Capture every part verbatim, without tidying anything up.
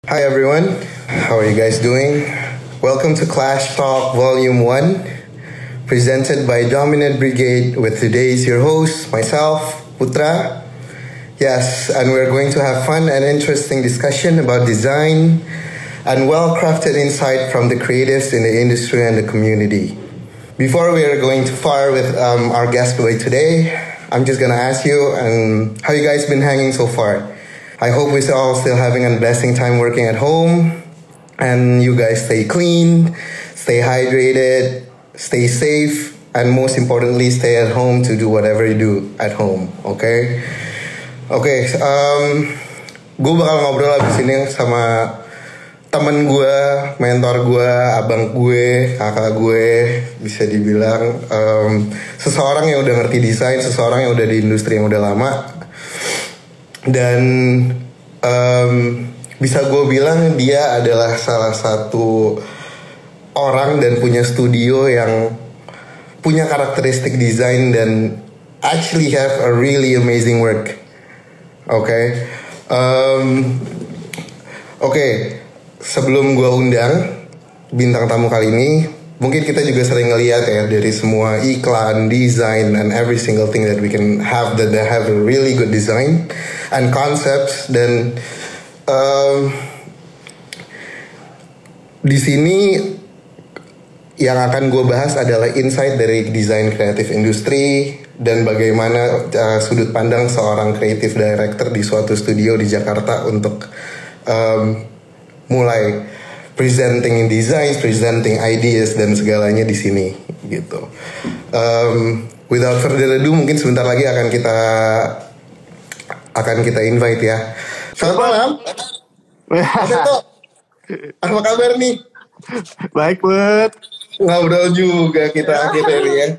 Hi everyone, how are you guys doing? Welcome to Clash Talk Volume one, presented by Dominant Brigade with today's your host, myself, Putra. Yes, and we're going to have fun and interesting discussion about design and well-crafted insight from the creatives in the industry and the community. Before we are going too far with um, our guest today, today, I'm just gonna ask you um, how you guys been hanging so far. I hope we're all still having a blessing time working at home, and you guys stay clean, stay hydrated, stay safe, and most importantly, stay at home to do whatever you do at home. Okay? Oke, um, gue bakal ngobrol abis ini sama temen gue, mentor gue, abang gue, kakak gue, bisa dibilang um, seseorang yang udah ngerti desain, seseorang yang udah di industri yang udah lama, dan um, bisa gue bilang dia adalah salah satu orang dan punya studio yang punya karakteristik desain dan actually have a really amazing work. Oke, okay. um, oke. Okay. Sebelum gue undang bintang tamu kali ini, mungkin kita juga sering ngeliat ya dari semua iklan, design, and every single thing that we can have that they have a really good design and concepts. Dan um, di sini yang akan gue bahas adalah insight dari desain kreatif industri dan bagaimana uh, sudut pandang seorang creative director di suatu studio di Jakarta untuk um, mulai presenting in design, presenting ideas dan segalanya di sini gitu. Um, without further ado, mungkin sebentar lagi akan kita akan kita invite ya. Selamat malam. Mas Eto, apa kabar nih? Baik, Bud. Ngobrol juga kita akhirnya nih ya.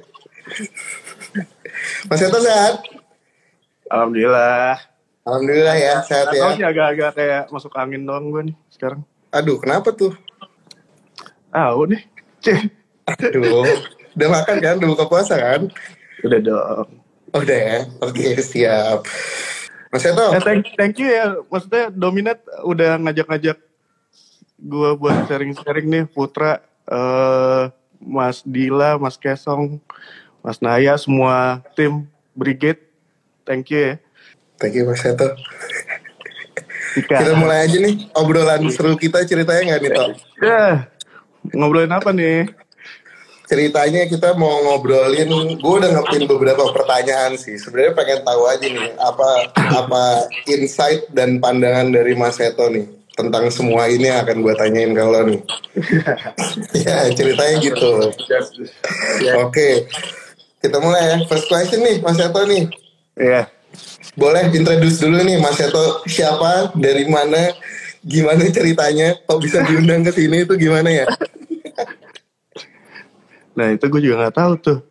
Mas Eto sehat? Alhamdulillah. Alhamdulillah ya, sehat ya. Tahu sih agak-agak kayak masuk angin doang gue nih sekarang. Aduh, kenapa tuh? Ah, nih. Cih. Aduh, udah makan kan? Udah buka puasa kan? Udah dong. Udah ya? Oke, siap. Mas Eto. Eh, thank, thank you ya. Maksudnya Dominat udah ngajak-ngajak gue buat sharing-sharing nih. Putra, uh, Mas Dila, Mas Kesong, Mas Naya, semua tim Brigade. Thank you ya. Thank you Mas Eto. Kita mulai aja nih obrolan seru kita, ceritanya nggak nih Tok? Ya, ngobrolin apa nih? Ceritanya kita mau ngobrolin, gue udah ngepin beberapa pertanyaan sih. Sebenarnya pengen tahu aja nih apa apa insight dan pandangan dari Mas Eto nih tentang semua ini yang akan gue tanyain ke lo nih. Ya ceritanya gitu. Oke, okay. Kita mulai ya. First question nih Mas Eto nih. Iya. Yeah. Boleh introduce dulu nih Mas Eto, siapa, dari mana, gimana ceritanya, kok bisa diundang ke sini itu gimana ya? Nah itu gue juga nggak tahu tuh.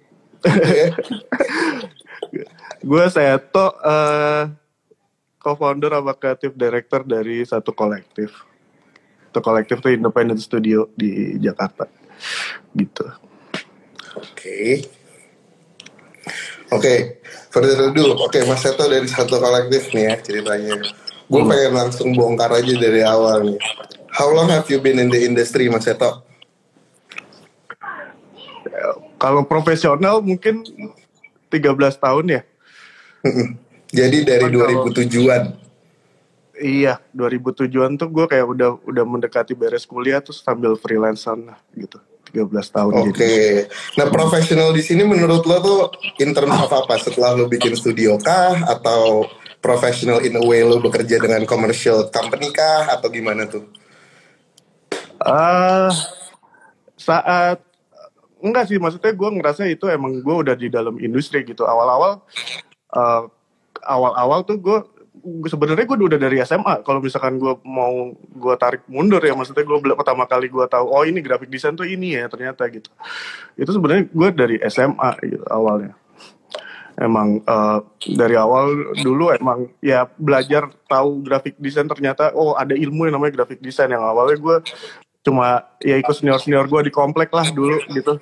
Gue Seto, uh, co-founder sama creative director dari satu kolektif. Itu kolektif tuh independent studio di Jakarta, gitu. Oke. Okay. Oke, okay, further ado. Oke, okay, Mas Seto dari satu kolektif nih ya ceritanya. Gue hmm. pengen langsung bongkar aja dari awal nih. How long have you been in the industry, Mas Seto? Kalau profesional mungkin tiga belas tahun ya. Jadi dari dua ribu tujuan. Iya, dua ribu tujuan tuh gue kayak udah udah mendekati beres kuliah terus sambil freelancer lah gitu. tiga belas tahun. Oke. Okay. Nah, profesional di sini menurut lo tuh in terms of apa? Setelah lo bikin studio kah? Atau professional in a way lo bekerja dengan commercial company kah? Atau gimana tuh? Uh, saat enggak sih, maksudnya gue ngerasa itu emang gue udah di dalam industri gitu. Awal-awal uh, awal-awal tuh gue sebenarnya gue udah dari S M A. Kalau misalkan gue mau gue tarik mundur ya, maksudnya gue pertama kali gue tahu oh ini graphic design tuh ini ya ternyata gitu. Itu sebenarnya gue dari S M A gitu awalnya. Emang uh, dari awal dulu emang ya belajar tahu graphic design, ternyata oh ada ilmu yang namanya graphic design. Yang awalnya gue cuma ya ikut senior senior gue di komplek lah dulu gitu.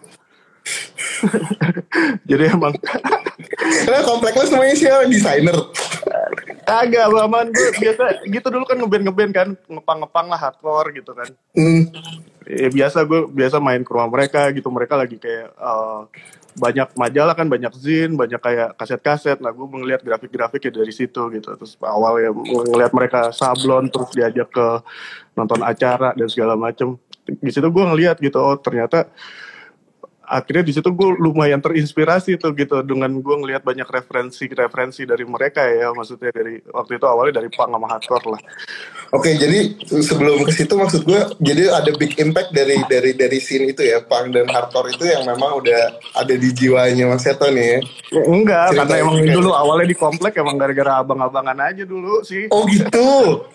Jadi emang karena komplek lo semuanya siapa? Desainer. Kagak, aman gue biasa gitu dulu kan ngeband-ngeband kan, ngepang-ngepang lah hardcore gitu kan. Hmm. Ya biasa gue biasa main ke rumah mereka gitu, mereka lagi kayak uh, banyak majalah kan, banyak zin, banyak kayak kaset-kaset. Nah gue melihat grafik-grafiknya dari situ gitu. Terus awal ya ngelihat mereka sablon, terus diajak ke nonton acara dan segala macem. Di situ gue ngelihat gitu, oh ternyata akhirnya di situ gue lumayan terinspirasi tuh gitu dengan gue ngelihat banyak referensi-referensi dari mereka ya, maksudnya dari waktu itu awalnya dari punk sama hardcore lah. Oke, jadi sebelum ke situ maksud gue, jadi ada big impact dari dari dari scene itu ya, punk dan hardcore itu yang memang udah ada di jiwanya Mas Seto nih ya. Ya, enggak, Cerita karena emang kayak... dulu awalnya di komplek emang gara-gara abang-abangan aja dulu sih. Oh gitu.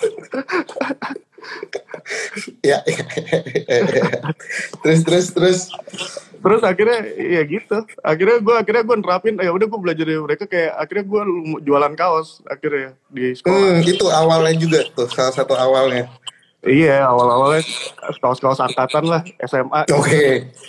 Ya, terus terus terus terus akhirnya ya gitu, akhirnya gue akhirnya gue nerapin, ya udah gue belajar dari mereka, kayak akhirnya gue jualan kaos akhirnya di sekolah. Hmm, itu awalnya juga tuh, salah satu awalnya. Iya, awal-awalnya kaos-kaos angkatan lah, S M A. Oke. Okay.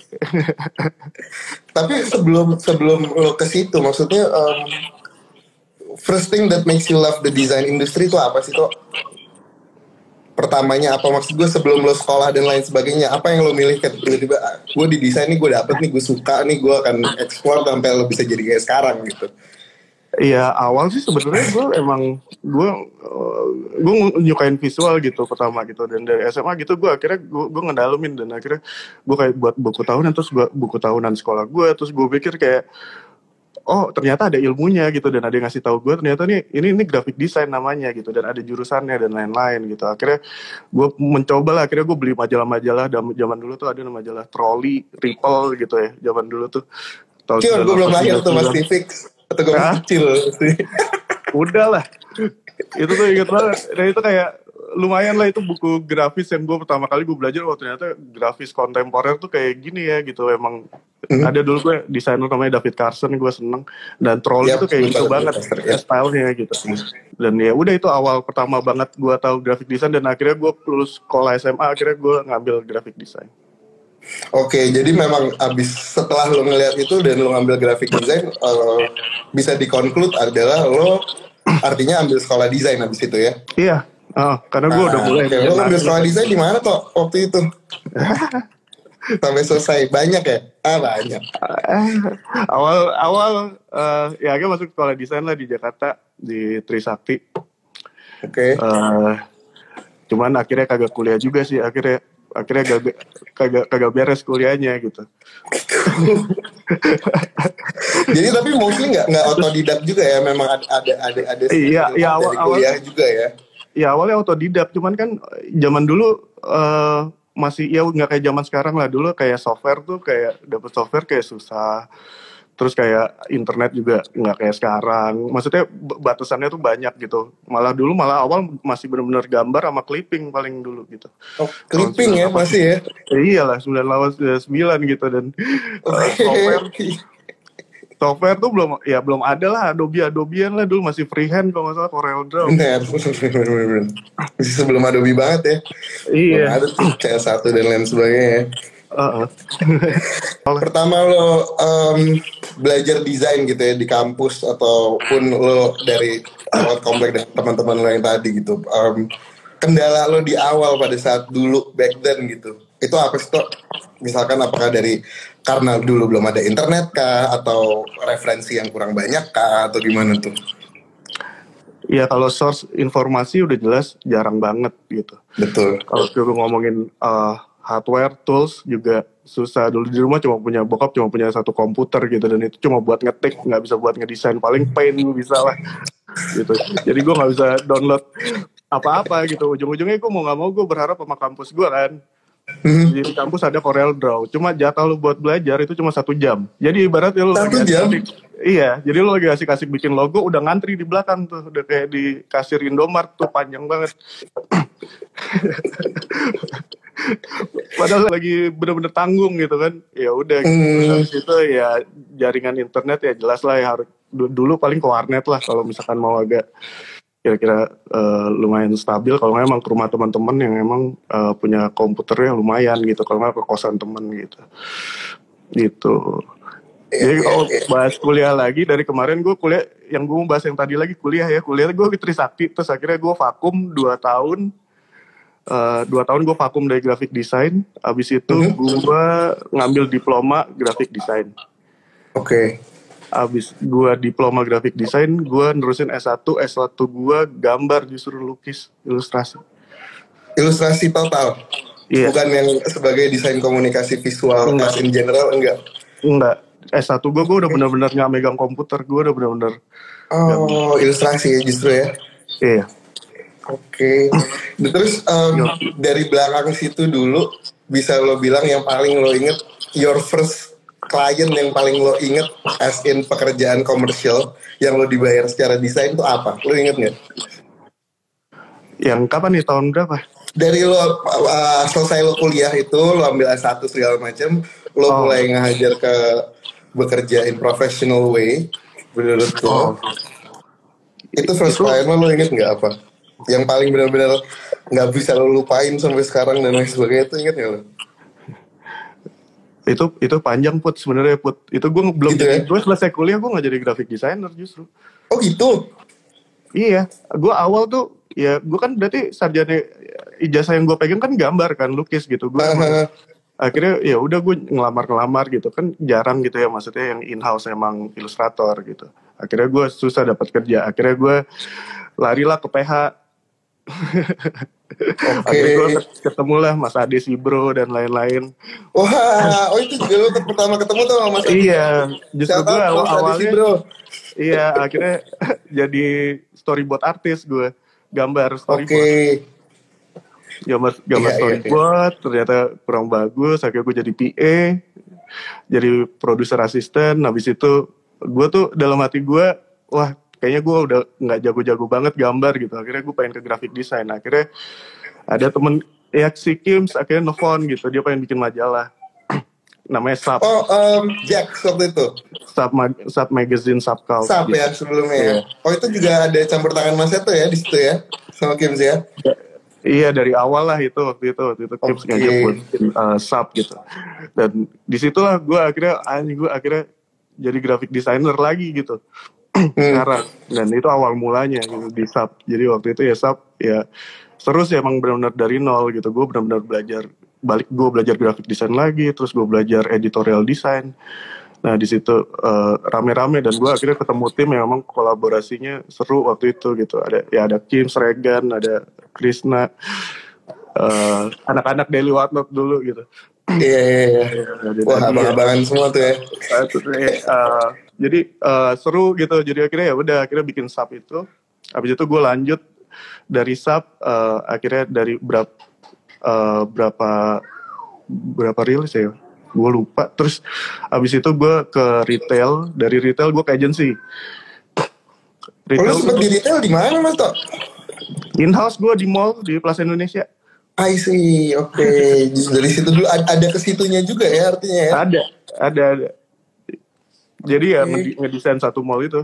Tapi sebelum sebelum lo ke situ, maksudnya um, first thing that makes you love the design industry itu apa sih, Tok? Pertamanya apa, maksud gue sebelum lo sekolah dan lain sebagainya, apa yang lo milih kayak tiba-tiba gue di desain nih gue dapet nih, gue suka nih, gue akan explore sampai lo bisa jadi kayak sekarang gitu. Iya, awal sih sebenarnya gue emang gue uh, gue nyukain visual gitu pertama gitu, dan dari S M A gitu gue akhirnya gue, gue ngedalemin, dan akhirnya gue kayak buat buku tahunan, terus gue buku tahunan sekolah gue, terus gue pikir kayak oh ternyata ada ilmunya gitu, dan ada yang ngasih tahu gue ternyata nih ini ini graphic design namanya gitu, dan ada jurusannya dan lain-lain gitu. Akhirnya gue mencoba lah, akhirnya gue beli majalah-majalah zaman dulu tuh, ada majalah Trolley, Ripple gitu ya zaman dulu tuh. Kira gue belum lahir tuh Mas Tifix atau gue masih kecil sih. Udah lah, itu tuh inget banget. Dan itu kayak lumayan lah, itu buku grafis yang gue pertama kali gue belajar. Oh ternyata grafis kontemporer tuh kayak gini ya gitu. Emang mm-hmm. ada dulu gue desainer namanya David Carson, gue seneng. Dan Trolley yep, itu kayak gitu banget ya, stylenya gitu. Dan ya udah, itu awal pertama banget gue tahu graphic design. Dan akhirnya gue lulus sekolah S M A, akhirnya gue ngambil graphic design. Oke, jadi memang abis setelah lo ngeliat itu dan lo ngambil graphic design, uh, bisa dikonklut adalah lo artinya ambil sekolah desain abis itu ya? Iya, oh, karena gue nah, udah mulai. Okay. Lo ngambil sekolah desain di mana toh waktu itu? Sampai selesai banyak ya? Ah banyak. awal awal uh, ya gue masuk sekolah desain lah di Jakarta di Trisakti. Oke. Okay. Uh, cuman akhirnya kagak kuliah juga sih, akhirnya akhirnya kagak kagak kagak beres kuliahnya gitu. Jadi tapi mostly nggak nggak otodidak juga ya, memang ada ada ada ada iya, ya, awal, dari kuliah awal, juga ya. Iya awalnya otodidak, cuman kan zaman dulu uh, masih ya nggak kayak zaman sekarang lah. Dulu kayak software tuh kayak dapet software kayak susah. Terus kayak internet juga nggak kayak sekarang. Maksudnya batasannya tuh banyak gitu. Malah dulu malah awal masih benar-benar gambar sama clipping paling dulu gitu. Oh, clipping ya masih ya? Ya iyalah, sembilan lawan sembilan gitu. Dan uh, software software tuh belum ya belum ada lah, Adobe Adobean lah dulu, masih freehand kalau nggak salah, Corel Draw. Benar, masih sebelum Adobe banget ya. Iya. Belum ada tuh C S satu dan lain sebagainya. Uh-uh. Pertama lo um, belajar desain gitu ya di kampus ataupun lo dari lewat komplek dan teman-teman lo yang tadi gitu, um, kendala lo di awal pada saat dulu back then gitu, itu apa sih toh? Misalkan apakah dari karena dulu belum ada internet kah, atau referensi yang kurang banyak kah, atau gimana tuh? Ya kalau source informasi udah jelas jarang banget gitu. Betul. Kalau gue ngomongin uh, hardware, tools juga susah. Dulu di rumah cuma punya, bokap cuma punya satu komputer gitu, dan itu cuma buat ngetik, nggak bisa buat ngedesain. Paling Paint bisa lah gitu. Jadi gue nggak bisa download apa-apa gitu. Ujung-ujungnya gue mau nggak mau gue berharap sama kampus gue kan. Jadi di kampus ada Corel Draw, cuma jatah lu buat belajar itu cuma satu jam. Jadi ibaratnya lu satu jam? Asik, iya, jadi lu lagi asik-asik bikin logo, udah ngantri di belakang tuh, udah kayak di kasir Indomaret tuh, panjang banget. Padahal lagi bener-bener tanggung gitu kan. Ya udah gitu. Hmm. Habis itu ya jaringan internet ya jelas lah ya, harus dulu paling ke warnet lah kalau misalkan mau agak kira-kira uh, lumayan stabil. Kalau nggak emang ke rumah teman-teman yang emang uh, punya komputernya lumayan gitu. Kalau nggak ke kosan teman gitu. Gitu. Jadi kalau bahas kuliah lagi, dari kemarin gue kuliah yang gue mau bahas yang tadi lagi kuliah ya. Kuliah gue di Trisakti, terus akhirnya gue vakum dua tahun. Uh, dua tahun gue vakum dari graphic design. Abis itu mm-hmm. gue ngambil diploma graphic design. Oke. Okay. Abis gue diploma graphic design, gue nerusin S satu. S satu gue gambar, justru lukis, ilustrasi. Ilustrasi total? Iya. Bukan yang sebagai desain komunikasi visual as in general, enggak? Enggak. S satu gue, gue udah benar-benar nggak megang komputer. Gue udah benar-benar. Oh, gambar. Ilustrasi ya justru ya? Iya. Oke, okay. Terus um, dari belakang situ dulu bisa lo bilang yang paling lo inget your first client yang paling lo inget as in pekerjaan komersial yang lo dibayar secara desain itu apa? Lo inget nggak? Yang kapan nih, tahun berapa? Dari lo uh, selesai lo kuliah itu lo ambil S satu segala macam, lo oh. mulai ngajar ke bekerja in professional way menurut lo. Oh. Itu first client lo, lo inget nggak apa? Yang paling benar-benar nggak bisa lo lupain sampai sekarang dan lain sebagainya, itu inget nggak lo? Itu itu panjang Put sebenarnya Put. Itu gue belum gitu jadi, ya? Gue selesai kuliah gue nggak jadi graphic designer justru. Oh gitu? Iya, gue awal tuh ya gue kan berarti sarjana ijazah yang gue pegang kan gambar kan, lukis gitu. Gue uh-huh. akhirnya ya udah gue ngelamar-ngelamar gitu kan, jarang gitu ya, maksudnya yang in-house emang ilustrator gitu. Akhirnya gue susah dapat kerja. Akhirnya gue larilah ke P H. Oke. Okay. Gue ketemu lah Mas Ade Sibro dan lain-lain. Wah, oh itu juga lo pertama ketemu tuh sama Mas Ade. Iya, justru gue awal awalnya. Iya, akhirnya jadi storyboard artis gue, gambar storyboard. Oke. Okay. Gambar gambar yeah, storyboard, yeah, yeah. Ternyata kurang bagus. Akhirnya gue jadi P A, jadi produser asisten. Habis itu gue tuh dalam hati gue, wah. Kayaknya gue udah nggak jago-jago banget gambar gitu. Akhirnya gue pengen ke graphic design. Akhirnya ada temen ya si Kims akhirnya nelfon gitu. Dia pengen bikin majalah. Namanya Sub. Oh, um, Jack waktu itu. Sub, mag- Sub Magazine, Sub Cult. Sub gitu. Ya sebelumnya. Yeah. Oh itu juga ada campur tangan Mas Eto ya di situ ya, sama Kims ya. Iya dari awal lah itu waktu itu waktu itu Kims okay. ngajak buat uh, Sub gitu. Dan disitulah gue akhirnya, gue akhirnya jadi graphic designer lagi gitu. Sekarang dan itu awal mulanya gitu di Sub. Jadi waktu itu ya Sub ya seru sih, emang benar-benar dari nol gitu. Gue benar-benar belajar balik, gue belajar graphic design lagi, terus gue belajar editorial design. Nah di situ uh, rame-rame dan gue akhirnya ketemu tim yang memang kolaborasinya seru waktu itu gitu. Ada ya ada Kim, Regan, ada Krisna, uh, anak-anak Daily Whatnot dulu gitu. Iya iya iya. Wah abang-abangan semua tuh ya. Uh, jadi uh, seru gitu. Jadi akhirnya ya udah akhirnya bikin Sub itu. Habis itu gue lanjut dari Sub uh, akhirnya dari berapa uh, berapa berapa rilis ya? Gue lupa. Terus habis itu gue ke retail. Dari retail gue ke agency. Retail. Oh, lu sempet di retail di mana Mas Tok? In-house gue di mall di Plaza Indonesia. I see, oke. Okay. Dari situ dulu ada, ada ke situnya juga ya artinya ya? Ada, ada, ada. Jadi ya okay. ngedesain satu mall itu.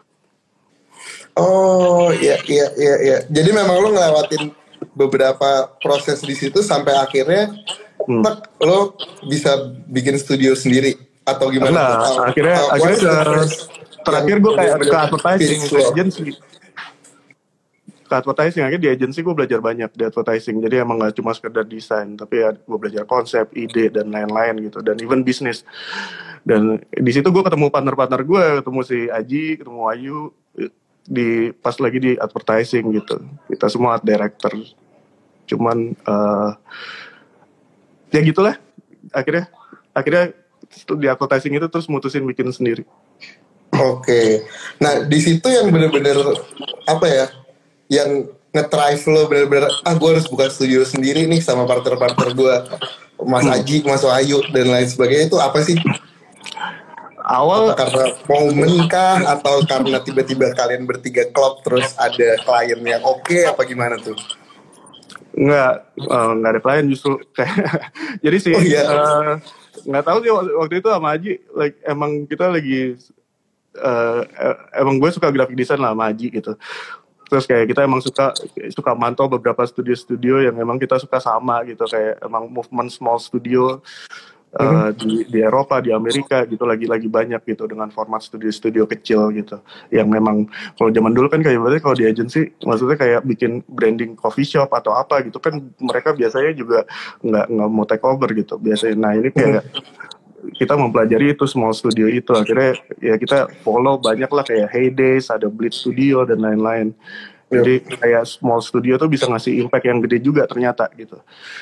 Oh, iya, iya, iya, iya. Jadi memang lo ngelewatin beberapa proses di situ sampai akhirnya hmm. tak, lo bisa bikin studio sendiri atau gimana? Nah, oh, akhirnya, oh, akhirnya ke, terakhir gue kayak ke advertising agency. Ke advertising, akhirnya di agency gue belajar banyak di advertising. Jadi emang gak cuma sekedar desain, tapi ya gue belajar konsep, ide, dan lain-lain gitu. Dan even bisnis. Dan di situ gue ketemu partner-partner gue, ketemu si Aji, ketemu Ayu, di pas lagi di advertising gitu. Kita semua art director. Cuman, uh, ya gitulah. Akhirnya, akhirnya di advertising itu terus mutusin bikin sendiri. Oke. Okay. Nah, di situ yang benar-benar apa ya? Yang nge-drive lo bener-bener ah gue harus buka studio sendiri nih sama partner-partner gue Mas Aji, Mas Wahyu dan lain sebagainya, itu apa sih? Awal apa karena momen kah atau karena tiba-tiba kalian bertiga klop terus ada klien yang oke okay, apa gimana tuh? Nggak, uh, nggak ada klien justru kayak jadi sih oh, iya. uh, nggak tahu sih waktu itu sama Aji like, emang kita lagi uh, emang gue suka graphic design lah sama Aji gitu. Terus kayak kita emang suka suka mantau beberapa studio-studio yang emang kita suka sama gitu, kayak emang movement small studio Uh, di, di Eropa, di Amerika gitu lagi-lagi banyak gitu dengan format studio-studio kecil gitu. Yang memang kalau zaman dulu kan kayak berarti kalau di agency maksudnya kayak bikin branding coffee shop atau apa gitu kan mereka biasanya juga nggak nggak mau take over gitu biasanya. Nah ini kayak kita mempelajari itu small studio itu akhirnya ya kita follow banyak lah kayak Heydays, ada Blitz Studio dan lain-lain. Jadi kayak small studio tuh bisa ngasih impact yang gede juga ternyata gitu.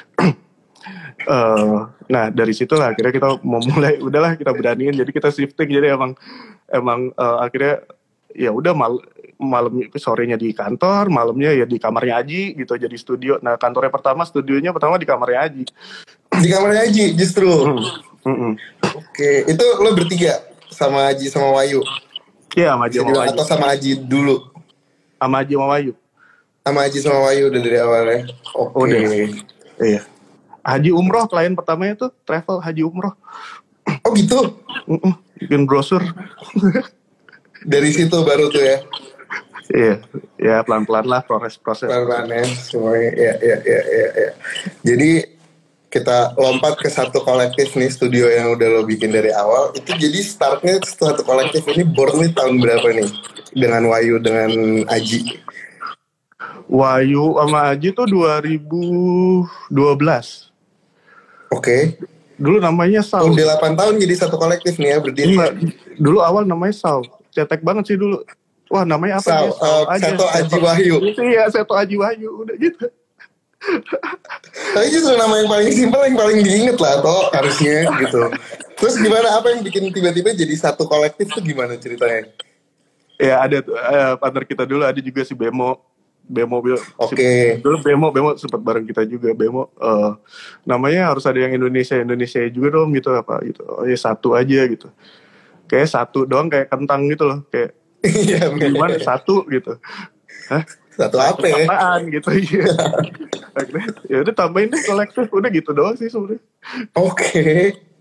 Uh, nah dari situlah akhirnya kita mau mulai udahlah kita beraniin jadi kita shifting jadi emang emang uh, akhirnya ya udah mal malam sorenya di kantor malamnya ya di kamarnya Aji gitu jadi studio. Nah kantornya pertama studionya pertama di kamarnya Aji di kamarnya Aji justru. hmm. Hmm. Oke itu lo bertiga sama Aji sama Wahyu? Iya sama Aji sama Wahyu atau sama Aji dulu? Sama Aji sama Wahyu sama Aji sama Wahyu udah dari awalnya. Oke okay. Iya Haji Umroh klien pertamanya tuh travel Haji Umroh. Oh gitu? Uh-uh, bikin brosur. Dari situ baru tuh ya? Iya, ya pelan-pelan lah proses-proses. Pelan-pelan ya, semuanya. Ya, ya, ya, ya, ya. Jadi kita lompat ke satu kolektif nih, studio yang udah lo bikin dari awal. Itu jadi startnya satu kolektif ini born nih tahun berapa nih? Dengan Wahyu, dengan Aji? Wahyu sama Aji tuh dua ribu dua belas. Oke. Okay. Dulu namanya Sal. Udah delapan tahun jadi satu kolektif nih ya berdiri. Enggak. Dulu awal namanya Sal. Cetek banget sih dulu. Wah namanya apa Sal, ya? Sal uh, aja. Seto Aji Wahyu. Iya Seto Aji Wahyu. Udah gitu. Tapi justru nama yang paling simpel yang paling diinget lah toh harusnya gitu. Terus gimana apa yang bikin tiba-tiba jadi satu kolektif tuh gimana ceritanya? Ya ada uh, partner kita dulu ada juga si Bemo. Bemo Oke. Okay. Dulu Bemo Bemo sempat bareng kita juga Bemo. Uh, namanya harus ada yang Indonesia Indonesia juga dong gitu apa gitu. Oh ya satu aja gitu. Kayak satu doang kayak kentang gitu loh kayak. Iya. Gimana satu gitu. Hah? Satu apa ya? Apaan gitu iya. Akhirnya ya udah tambahin deh kolektif udah gitu doang sih sebenarnya. Oke. Okay.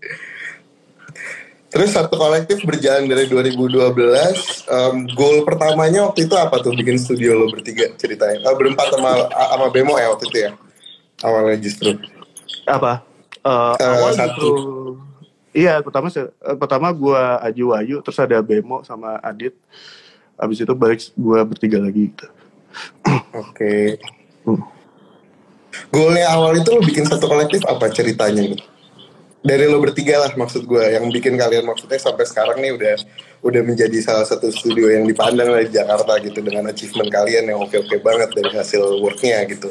Terus satu kolektif berjalan dari dua ribu dua belas. Um, goal pertamanya waktu itu apa tuh bikin studio lo bertiga ceritanya? Oh, berempat sama sama Bemo ya waktu itu ya? Awalnya justru. Apa? Uh, uh, awal satu. Gitu, iya pertama uh, pertama gue Aji Wahyu terus ada Bemo sama Adit. Abis itu balik gue bertiga lagi gitu. Oke. Okay. Hmm. Goalnya awal itu lo bikin satu kolektif apa ceritanya nih? Dari lo bertiga lah maksud gue yang bikin kalian maksudnya sampai sekarang nih udah udah menjadi salah satu studio yang dipandang lah di Jakarta gitu dengan achievement kalian yang oke-oke banget dari hasil worknya gitu.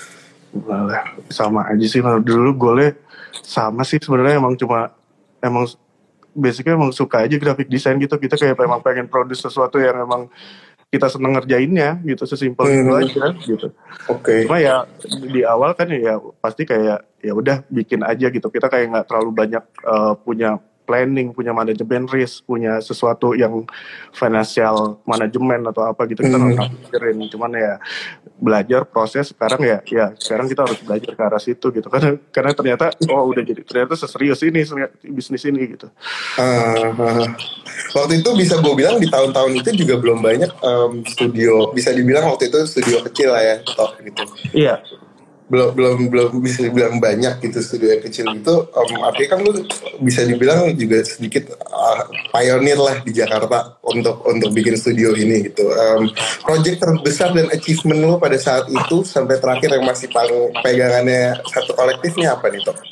Sama aja sih dulu goalnya sama sih sebenarnya emang cuma emang basicnya emang suka aja graphic design gitu kita kayak emang pengen produce sesuatu yang emang kita seneng ngerjainnya gitu sesimpel hmm. itu aja gitu. Oke. Okay. Cuma ya di awal kan ya pasti kayak ya udah bikin aja gitu. Kita kayak nggak terlalu banyak uh, punya planning, punya manajemen risk, punya sesuatu yang financial manajemen atau apa gitu kita nggak hmm. pikirin. Cuman ya belajar proses sekarang ya ya sekarang kita harus belajar ke arah situ gitu karena karena ternyata oh udah jadi ternyata seserius ini bisnis ini gitu. Uh, uh. Waktu itu bisa gue bilang di tahun-tahun itu juga belum banyak um, studio bisa dibilang waktu itu studio kecil lah ya toh gitu. Iya. belum belum belum bisa dibilang banyak gitu studio yang kecil gitu um, artinya kan lu bisa dibilang juga sedikit uh, pioneer lah di Jakarta untuk untuk bikin studio ini gitu. Um, project terbesar dan achievement lu pada saat itu sampai terakhir yang masih paling pegangannya satu kolektifnya apa nih Tok?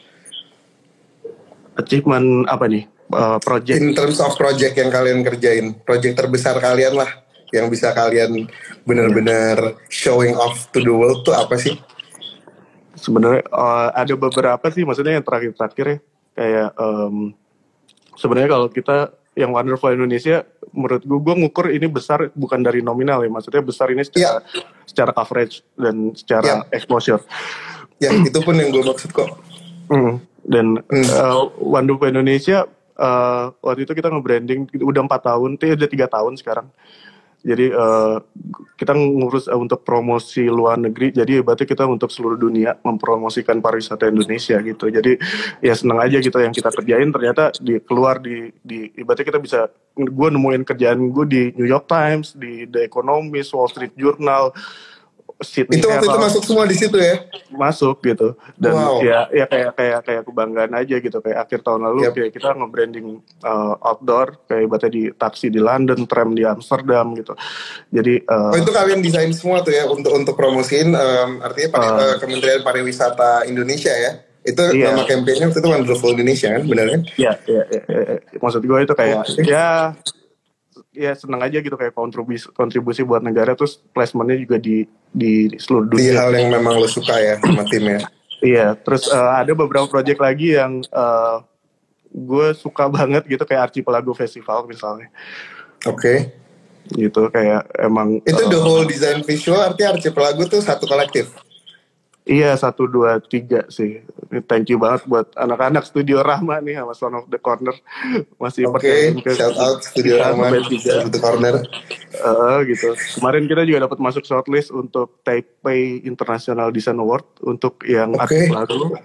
Achievement apa nih? Uh, project in terms of project yang kalian kerjain, project terbesar kalian lah yang bisa kalian benar-benar showing off to the world tuh apa sih? Sebenarnya uh, ada beberapa sih, maksudnya yang terakhir-terakhir ya kayak um, sebenarnya kalau kita yang Wonderful Indonesia, menurut gue gue ngukur ini besar bukan dari nominal ya, maksudnya besar ini secara yeah. secara coverage dan secara yeah. exposure. Ya yeah, itu pun yang gue maksud kok. Mm. Dan mm. uh, Wonderful Indonesia uh, waktu itu kita nge-branding udah empat tahun, tuh udah tiga tahun sekarang. Jadi uh, kita ngurus uh, untuk promosi luar negeri. Jadi berarti kita untuk seluruh dunia mempromosikan pariwisata Indonesia gitu. Jadi ya seneng aja gitu yang kita kerjain ternyata di keluar di di berarti kita bisa gue nemuin kerjaan gue di New York Times, di The Economist, Wall Street Journal, Sydney Itu waktu itu Herald masuk semua di situ ya? masuk gitu. Dan Wow. ya ya kayak kayak kayak kebanggaan aja gitu, kayak akhir tahun lalu Yep. kayak kita nge-branding uh, outdoor kayak ibaratnya di taksi di London, tram di Amsterdam gitu. Jadi uh, Oh itu kalian desain semua tuh ya untuk untuk promosiin um, artinya pari, Uh, uh, Kementerian Pariwisata Indonesia ya? Itu iya. nama kampanye itu Wonderful Indonesia kan, benar kan? Iya, iya, iya, iya. Maksud gue itu kayak Oke. ya ya seneng aja gitu, kayak kontribusi kontribusi buat negara, terus placementnya juga di di seluruh Di dunia. hal yang memang lo suka ya sama timnya. Iya, terus uh, ada beberapa project lagi yang uh, gue suka banget gitu, kayak Archipelago Festival misalnya. Oke. Gitu kayak emang Itu uh, the whole design visual artinya Archipelago tuh satu kolektif. iya satu dua tiga sih. Thank you banget buat anak-anak Studio Rahma nih sama Son of the Corner masih Oke, percayain ke shout out Studio kita Rahman, sampai tiga. Satu Corner. Uh, gitu. Kemarin kita juga dapat masuk shortlist untuk Taipei International Design Award untuk yang Oke. Archipelago.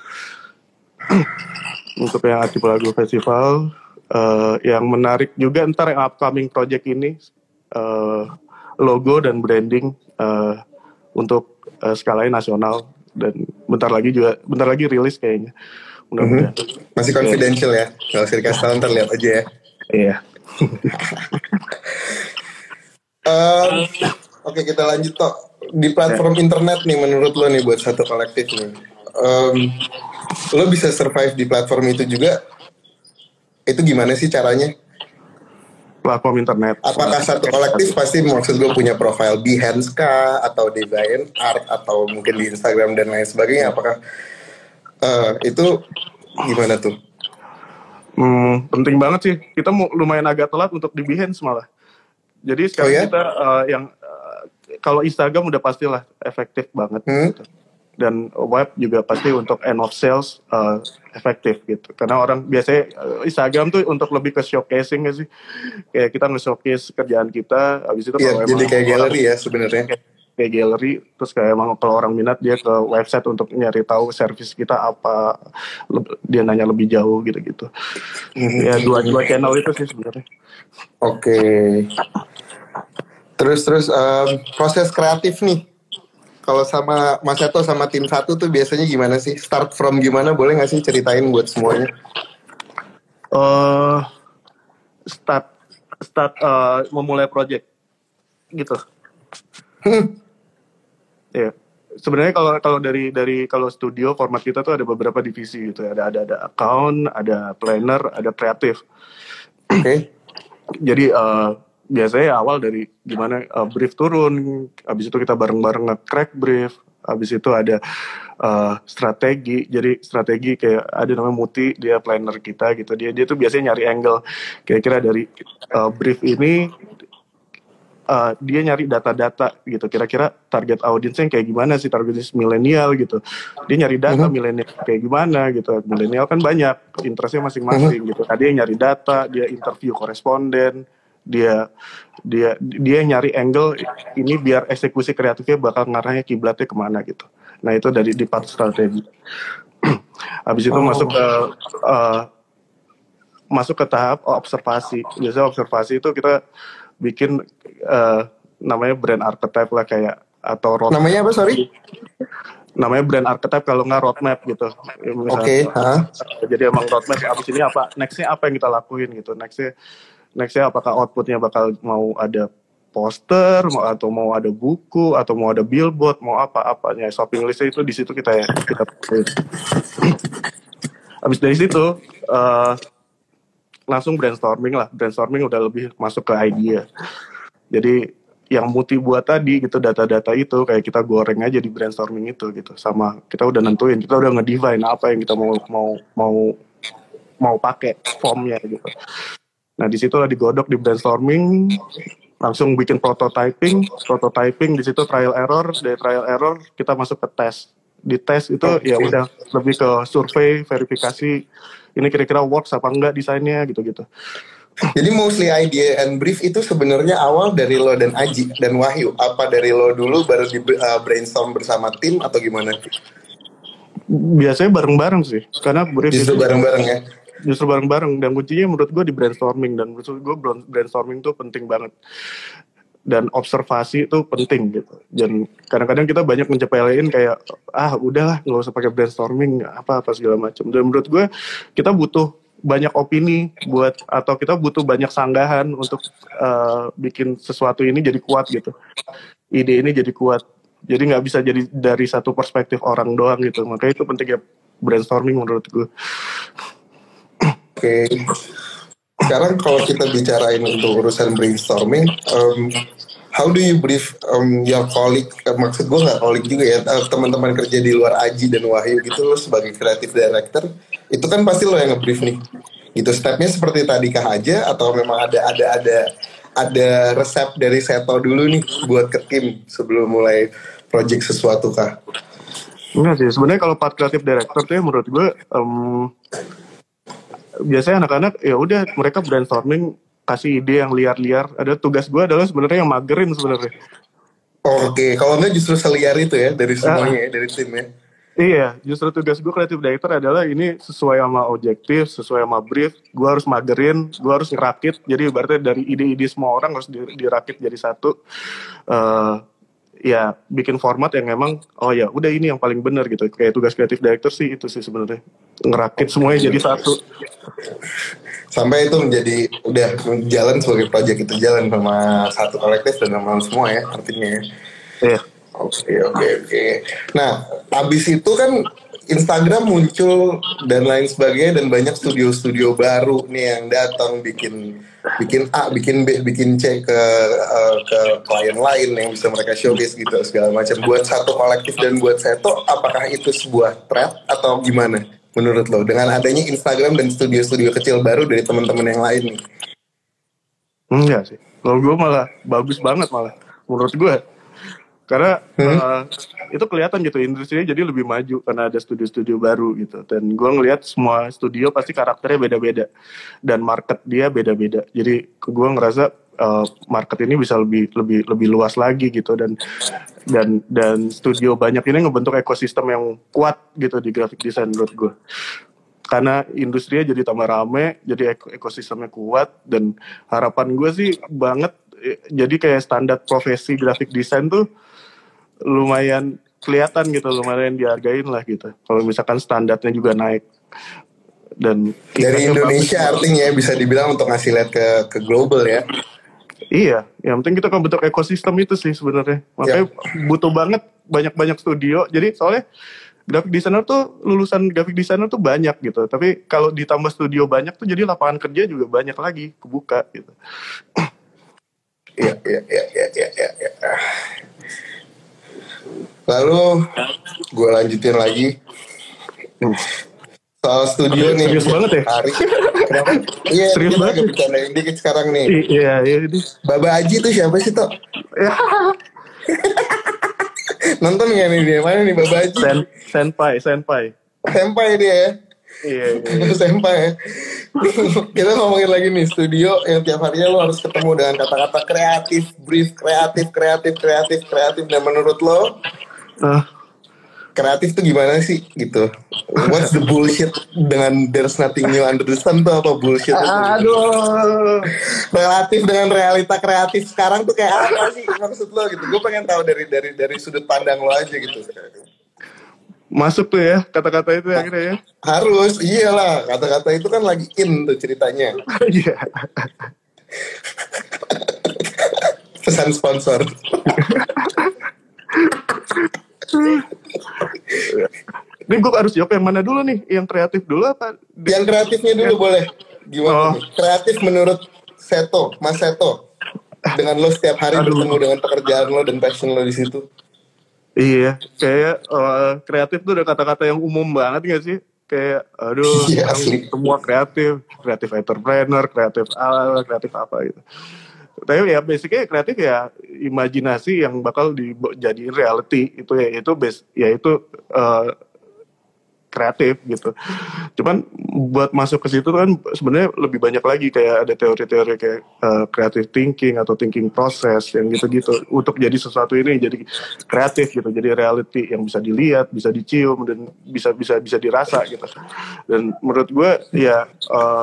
Untuk yang Archipelago Festival. Uh, yang menarik juga ntar yang upcoming project ini uh, logo dan branding uh, untuk uh, skalanya nasional, dan bentar lagi juga bentar lagi rilis kayaknya. Mudah-mudahan. Mm-hmm. Masih confidential ya, nggak usah dikasih tahu, ntar lihat aja ya. Iya. um, Oke okay, kita lanjut toh di platform yeah. internet nih, menurut lo nih buat satu kolektif nih, um, lo bisa survive di platform itu juga? Itu gimana sih caranya? Platform internet. Apakah satu kolektif pasti maksud gue punya profile Behance kah, atau design art, atau mungkin di Instagram dan lain sebagainya? Apakah uh, itu gimana tuh? Hmm, penting banget sih. Kita mau lumayan agak telat untuk di Behance malah. Jadi sekarang oh, ya? kita uh, yang uh, kalau Instagram udah pastilah efektif banget. Hmm? Gitu. Dan web juga pasti untuk end of sales uh, efektif gitu. Karena orang biasanya uh, Instagram tuh untuk lebih ke showcasing gak sih? Kayak kita nge-showcase kerjaan kita, habis itu yeah, kalau jadi emang kayak gallery ya sebenarnya. Kayak, kayak gallery, terus kayak emang kalau orang minat dia ke website untuk nyari tahu service kita apa, dia nanya lebih jauh gitu-gitu. Mm-hmm. Ya dua dua channel itu sih sebenarnya. Oke. Okay. Terus terus um, proses kreatif nih. Kalau sama Mas Seto sama tim satu tuh biasanya gimana sih? Start from gimana? Boleh nggak sih ceritain buat semuanya? Uh, start start uh, memulai project gitu. Hmm. Ya, sebenarnya kalau kalau dari dari kalau studio format kita tuh ada beberapa divisi gitu. Ada ada ada account, ada planner, ada kreatif. Oke. Okay. Jadi uh, biasanya awal dari gimana uh, brief turun, habis itu kita bareng-bareng nge-crack brief, habis itu ada uh, strategi. Jadi strategi kayak ada namanya Muti, dia planner kita gitu. Dia dia tuh biasanya nyari angle kira-kira dari uh, brief ini uh, dia nyari data-data gitu. Kira-kira target audiensnya kayak gimana sih, target milenial gitu. Dia nyari data uh-huh. milenial kayak gimana gitu. Milenial kan banyak, interestnya masing-masing uh-huh. gitu. Nah, dia nyari data, dia interview koresponden, dia dia dia nyari angle ini biar eksekusi kreatifnya bakal ngarahnya kiblatnya kemana gitu. Nah itu dari di part strategi. Habis itu oh. masuk ke uh, masuk ke tahap observasi. Biasanya observasi itu kita bikin uh, namanya brand archetype lah, kayak atau roadmap. Namanya apa sorry? Namanya brand archetype kalau nggak roadmap gitu. Oke. Okay, huh? Jadi emang roadmap abis ini apa, nextnya apa yang kita lakuin gitu. Nextnya Nextnya apakah outputnya bakal mau ada poster, mau atau mau ada buku, atau mau ada billboard, mau apa-apanya. Shopping listnya itu di situ kita kita. Habis dari situ uh, langsung brainstorming lah. Brainstorming udah lebih masuk ke idea. Jadi yang Muti buat tadi gitu, data-data itu kayak kita goreng aja di brainstorming itu gitu. Sama kita udah nentuin, kita udah ngedefine apa yang kita mau mau mau mau pakai formnya gitu. Nah di situ lah digodok di brainstorming, langsung bikin prototyping, prototyping di situ trial error, dari trial error kita masuk ke tes. Di tes itu okay. ya udah lebih ke survei, verifikasi, ini kira-kira works apa enggak desainnya gitu-gitu. Jadi mostly idea and brief itu sebenarnya awal dari lo dan Aji dan Wahyu. Apa dari lo dulu baru di uh, brainstorm bersama tim atau gimana? Biasanya bareng-bareng sih, karena brief justru itu bareng-bareng ya. Justru bareng-bareng, dan kuncinya menurut gue di brainstorming, dan menurut gue brainstorming tuh penting banget. dan observasi itu penting gitu. Dan kadang-kadang kita banyak mencepelein kayak ah udahlah nggak usah pakai brainstorming apa apa segala macam. Dan menurut gue kita butuh banyak opini buat atau kita butuh banyak sanggahan untuk uh, bikin sesuatu ini jadi kuat gitu. Ide ini jadi kuat. Jadi nggak bisa jadi dari satu perspektif orang doang gitu. Makanya itu pentingnya brainstorming menurut gue. Oke. Okay. Sekarang kalau kita bicarain untuk urusan brainstorming, um, how do you brief um, your colleague? Maksud gue nggak colleague juga ya, teman-teman kerja di luar Aji dan Wahyu gitu, lo sebagai creative director, itu kan pasti lo yang nge-brief nih. Gitu stepnya seperti tadi kah aja atau memang ada ada ada ada resep dari Seto dulu nih buat ke tim sebelum mulai project sesuatu kah? Enggak sih, sebenarnya kalau part creative director tuh ya menurut gue um, biasanya anak-anak ya udah mereka brainstorming kasih ide yang liar-liar. Ada tugas gue adalah sebenarnya yang magerin sebenarnya. Oh, Oke, okay. Kalau enggak justru seliar itu ya dari semuanya, ah, ya, dari tim ya. Iya, justru tugas gue creative director adalah ini sesuai sama objektif, sesuai sama brief. Gue harus magerin, gue harus ngerakit. Jadi berarti dari ide-ide semua orang harus dirakit jadi satu. Uh, ya bikin format yang memang oh ya udah ini yang paling benar gitu. Kayak tugas creative director sih itu sih sebenarnya, ngerakit semuanya jadi satu sampai itu menjadi udah jalan sebagai project itu jalan sama satu kolektif dan sama semua ya artinya ya. Iya. Oke oke oke. Nah abis itu kan Instagram muncul dan lain sebagainya dan banyak studio-studio baru nih yang datang bikin bikin A, bikin B, bikin C ke uh, ke klien lain yang bisa mereka showcase gitu segala macam. Buat satu kolektif dan buat Seto, apakah itu sebuah threat atau gimana menurut lo dengan adanya Instagram dan studio-studio kecil baru dari teman-teman yang lain nih? Enggak sih. Kalau gue malah bagus banget malah menurut gue. Karena hmm? uh, itu kelihatan gitu industrinya jadi lebih maju karena ada studio-studio baru gitu. Dan gue ngelihat semua studio pasti karakternya beda-beda dan market dia beda-beda. Jadi gue ngerasa uh, market ini bisa lebih lebih lebih luas lagi gitu dan dan dan studio banyak ini ngebentuk ekosistem yang kuat gitu di graphic design menurut gue. Karena industrinya jadi tambah rame, jadi ekosistemnya kuat dan harapan gue sih banget jadi kayak standar profesi graphic design tuh lumayan kelihatan gitu, lumayan dihargain lah gitu. Kalau misalkan standarnya juga naik dan dari Indonesia bagus, artinya bisa dibilang untuk ngasih lihat ke ke global ya. Iya, yang penting kita kan bentuk ekosistem itu sih sebenarnya. Makanya ya. Butuh banget banyak-banyak studio. Jadi soalnya graphic designer tuh lulusan graphic designer tuh banyak gitu. Tapi kalau ditambah studio banyak tuh jadi lapangan kerja juga banyak lagi kebuka gitu. Iya, iya, iya, iya, iya, iya. Ya. Lalu gue lanjutin lagi soal studio nih. Serius banget ya? Hari. Kenapa? Iya, serius banget. Kita bercandain dikit sekarang nih. I- iya, iya. Ini. Baba Aji tuh siapa sih Tok? Nonton gak nih dia? Mana nih Baba Aji? Sen, senpai, senpai. Senpai dia ya? Iya, iya. Senpai ya. Kita ngomongin lagi nih studio yang tiap harinya lo harus ketemu dengan kata-kata kreatif, brief, kreatif, kreatif, kreatif, kreatif. Dan menurut lo, uh. kreatif tuh gimana sih gitu? What's the bullshit dengan there's nothing new under the sun tuh apa bullshit? Aduh. Relatif dengan realita kreatif sekarang tuh kayak apa sih maksud lo gitu? Gue pengen tahu dari dari dari sudut pandang lo aja gitu. Masuk tuh ya kata-kata itu ya akhirnya ya. Harus, iyalah kata-kata itu kan lagi in tuh ceritanya. Iya. Pesan sponsor. Ini gue harus jawab yang mana dulu nih? Yang kreatif dulu apa? Yang kreatifnya dulu ya. Boleh. Gimana? Oh. Kreatif menurut Seto, Mas Seto. Dengan lo setiap hari Aduh. bertemu dengan pekerjaan lo dan passion lo di situ. Iya, kayak uh, kreatif tuh udah kata-kata yang umum banget gak sih? Kayak, aduh, iya, semua kreatif, kreatif entrepreneur, kreatif ala, kreatif apa gitu. Tapi ya basicnya kreatif ya imajinasi yang bakal dijadiin reality itu ya itu base ya itu uh, kreatif gitu. Cuman buat masuk ke situ kan sebenarnya lebih banyak lagi kayak ada teori-teori kayak uh, creative thinking atau thinking process yang gitu-gitu untuk jadi sesuatu ini jadi kreatif gitu, jadi reality yang bisa dilihat, bisa dicium dan bisa bisa bisa dirasa gitu. Dan menurut gue ya uh,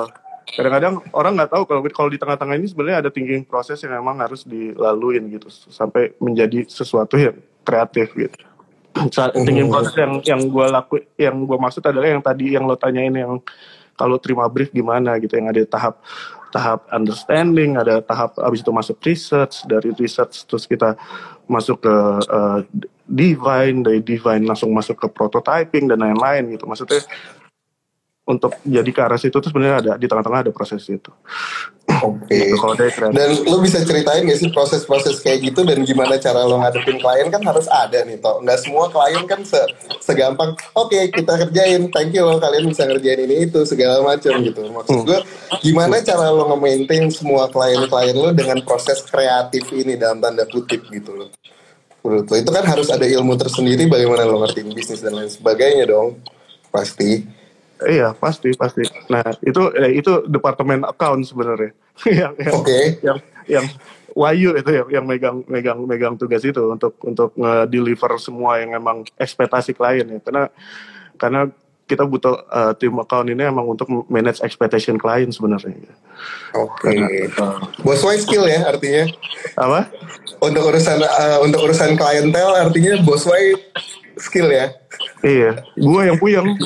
kadang-kadang orang nggak tahu kalau kalau di tengah-tengah ini sebenarnya ada thinking proses yang memang harus dilaluin gitu sampai menjadi sesuatu yang kreatif gitu. Thinking proses yang yang gue laku yang gue maksud adalah yang tadi yang lo tanyain yang kalau terima brief gimana gitu, yang ada tahap tahap understanding, ada tahap abis itu masuk research, dari research terus kita masuk ke uh, divine, dari divine langsung masuk ke prototyping dan lain-lain gitu. Maksudnya untuk jadi ke arah situ tuh sebenarnya ada di tengah-tengah ada proses itu. Oke. Okay. Gitu, dan lo bisa ceritain gak sih proses-proses kayak gitu dan gimana cara lo ngadepin klien? Kan harus ada nih toh. Nggak semua klien kan se segampang oke okay, kita kerjain, thank you lo kalian bisa ngerjain ini itu segala macam gitu. Maksud gue gimana cara lo nge-maintain semua klien-klien lo dengan proses kreatif ini dalam tanda kutip gitu lo. Menurut lo itu kan harus ada ilmu tersendiri bagaimana lo ngertiin bisnis dan lain sebagainya dong. Pasti. Iya pasti pasti. Nah itu eh, itu departemen account sebenarnya yang yang, okay. yang yang Wahyu itu yang yang megang megang megang tugas itu untuk untuk nge-deliver semua yang emang ekspektasi klien ya, karena karena kita butuh uh, tim account ini emang untuk manage expectation klien sebenarnya. Oke. Okay. Uh, Bos Wai skill ya artinya. Apa? Untuk urusan uh, untuk urusan klientel artinya Bos Wai skill ya. Iya, gua yang puyeng.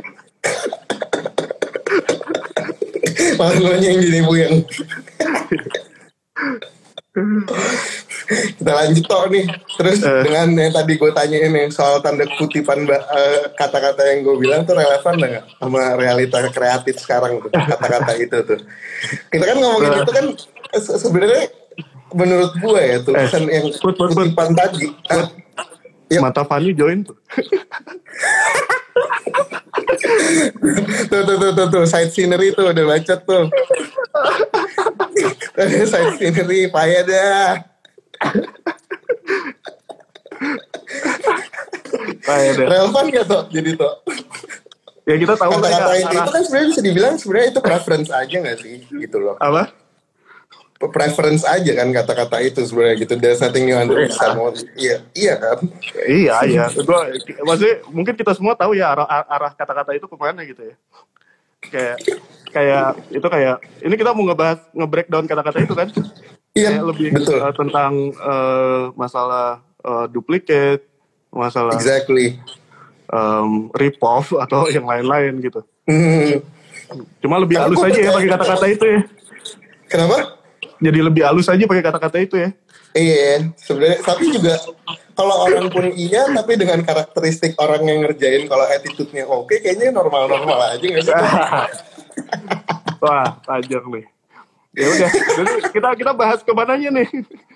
Malah gue yang jadi puyeng. Kita lanjut toh nih. Terus uh. dengan yang tadi gue tanyain yang soal tanda kutipan uh, kata-kata yang gue bilang tuh relevan nggak sama realita kreatif sekarang tuh kata-kata itu tuh. Kita kan ngomongin uh. itu kan se sebenarnya menurut gue ya tulisan eh. yang put, put, kutipan put. tadi. Put. Uh, Mata Fanny join tuh. tuh, tuh, tuh, tuh, tuh, side scenery tuh, udah bacot tuh. Side scenery, payah dah. Payah dah. Relevan gak tuh, jadi tuh? Ya kita tahu kata-kata itu, itu kan sebenarnya bisa dibilang sebenarnya itu preference aja gak sih, gitu loh. Apa? Preference aja kan kata-kata itu sebenarnya gitu. There's nothing new under the sun. Iya, iya kan? Iya, iya. Gua maksudnya mungkin kita semua tahu ya arah arah kata-kata itu kemana gitu ya. Kayak kayak itu kayak ini kita mau ngebahas nge-breakdown kata-kata itu kan? Iya. Kayak lebih uh, tentang uh, masalah uh, duplicate, masalah exactly. Um, rip-off atau yang lain-lain gitu. Hmm. Cuma lebih halus aja ya pakai kata-kata itu ya. Kenapa? Jadi lebih halus aja pakai kata-kata itu ya. Iya, sebenarnya tapi juga kalau orang pun iya, tapi dengan karakteristik orang yang ngerjain kalau attitude-nya oke, kayaknya normal-normal aja nggak sih? Wah, tajam nih. Ya udah, jadi kita kita bahas ke mananya nih.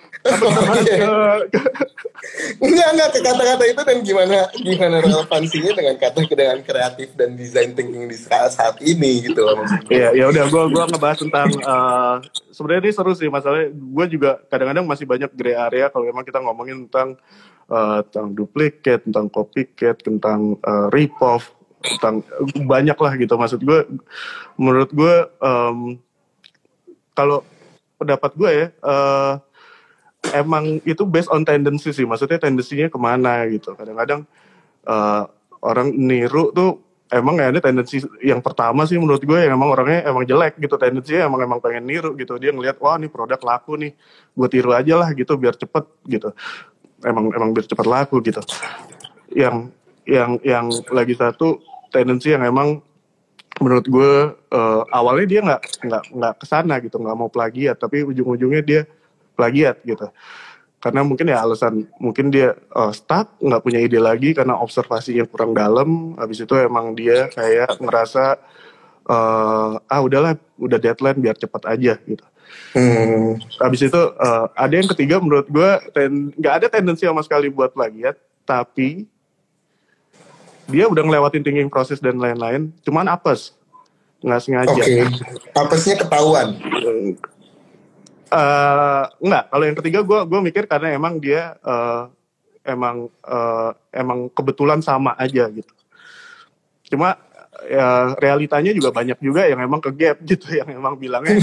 Enggak enggak ke kata-kata itu dan gimana gimana relevansinya dengan kata dengan kreatif dan design thinking di saat, saat ini gitu loh maksudnya. Iya, ya udah gua gua ngebahas tentang uh, sebenarnya ini seru sih masalahnya. Gua juga kadang-kadang masih banyak gray area kalau memang kita ngomongin tentang uh, tentang duplicate, tentang copycat, tentang uh, rip-off, tentang banyak lah gitu. Maksud gue, menurut gue um, kalau pendapat gue ya, uh, emang itu based on tendency sih. Maksudnya tendensinya kemana gitu. Kadang-kadang uh, orang niru tuh emang ya ada tendensi yang pertama sih menurut gue yang emang orangnya emang jelek gitu. Tendensinya emang emang pengen niru gitu. Dia ngelihat wah ini produk laku nih, gue tiru aja lah gitu biar cepet gitu. Emang emang biar cepet laku gitu. Yang yang yang lagi satu tendensi yang emang menurut gue uh, awalnya dia nggak nggak nggak kesana gitu, nggak mau plagiat, tapi ujung-ujungnya dia plagiat gitu. Karena mungkin ya alasan mungkin dia uh, stuck, nggak punya ide lagi karena observasinya kurang dalam. Habis itu emang dia kayak ngerasa uh, ah udahlah, udah deadline biar cepat aja gitu. Hmm. Habis itu uh, ada yang ketiga menurut gue ten, nggak ada tendensi sama sekali buat plagiat, tapi dia udah ngelewatin thinking proses dan lain-lain, cuman apes, nggak sengaja. Oke, okay. Apesnya ketahuan. Uh, enggak, kalau yang ketiga gue gue mikir karena emang dia uh, emang uh, emang kebetulan sama aja gitu. Cuma ya, realitanya juga banyak juga yang emang ke gap gitu, yang emang bilangnya.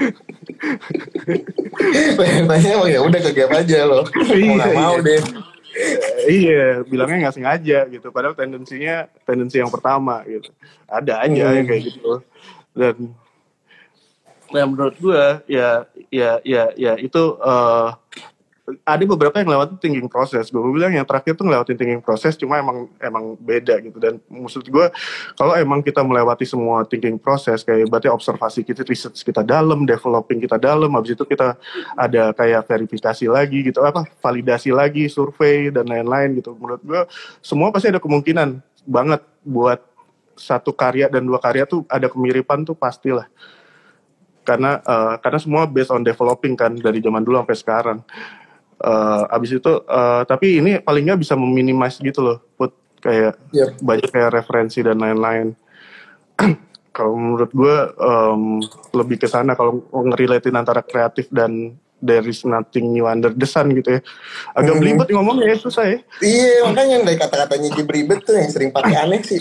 Realitanya emang ya udah ke gap aja loh. Mau nggak mau deh. iya, bilangnya nggak sengaja gitu. Padahal tendensinya tendensi yang pertama gitu. Ada aja Hmm. yang kayak gitu. Dan ya menurut gue ya ya ya ya itu uh, ada beberapa yang lewatin thinking proses. Gue bilang yang terakhir tuh ngelewatin thinking proses, cuma emang emang beda gitu. Dan maksud gue kalau emang kita melewati semua thinking proses, kayak berarti observasi kita, research kita dalam, developing kita dalam, habis itu kita ada kayak verifikasi lagi gitu, apa validasi lagi, survei dan lain-lain gitu. Menurut gue semua pasti ada kemungkinan banget buat satu karya dan dua karya tuh ada kemiripan tuh pastilah. Karena uh, karena semua based on developing kan dari zaman dulu sampai sekarang. Uh, abis itu uh, tapi ini paling nggak bisa meminimize gitu loh, put kayak yep. banyak kayak referensi dan lain-lain. Kalau menurut gue um, lebih ke sana kalau ngerelatin antara kreatif dan there is nothing new under the sun gitu ya. Agak hmm. belibet ngomongnya ya, susah ya. Iya, makanya yang dari kata-katanya belibet tuh yang sering pakai aneh sih.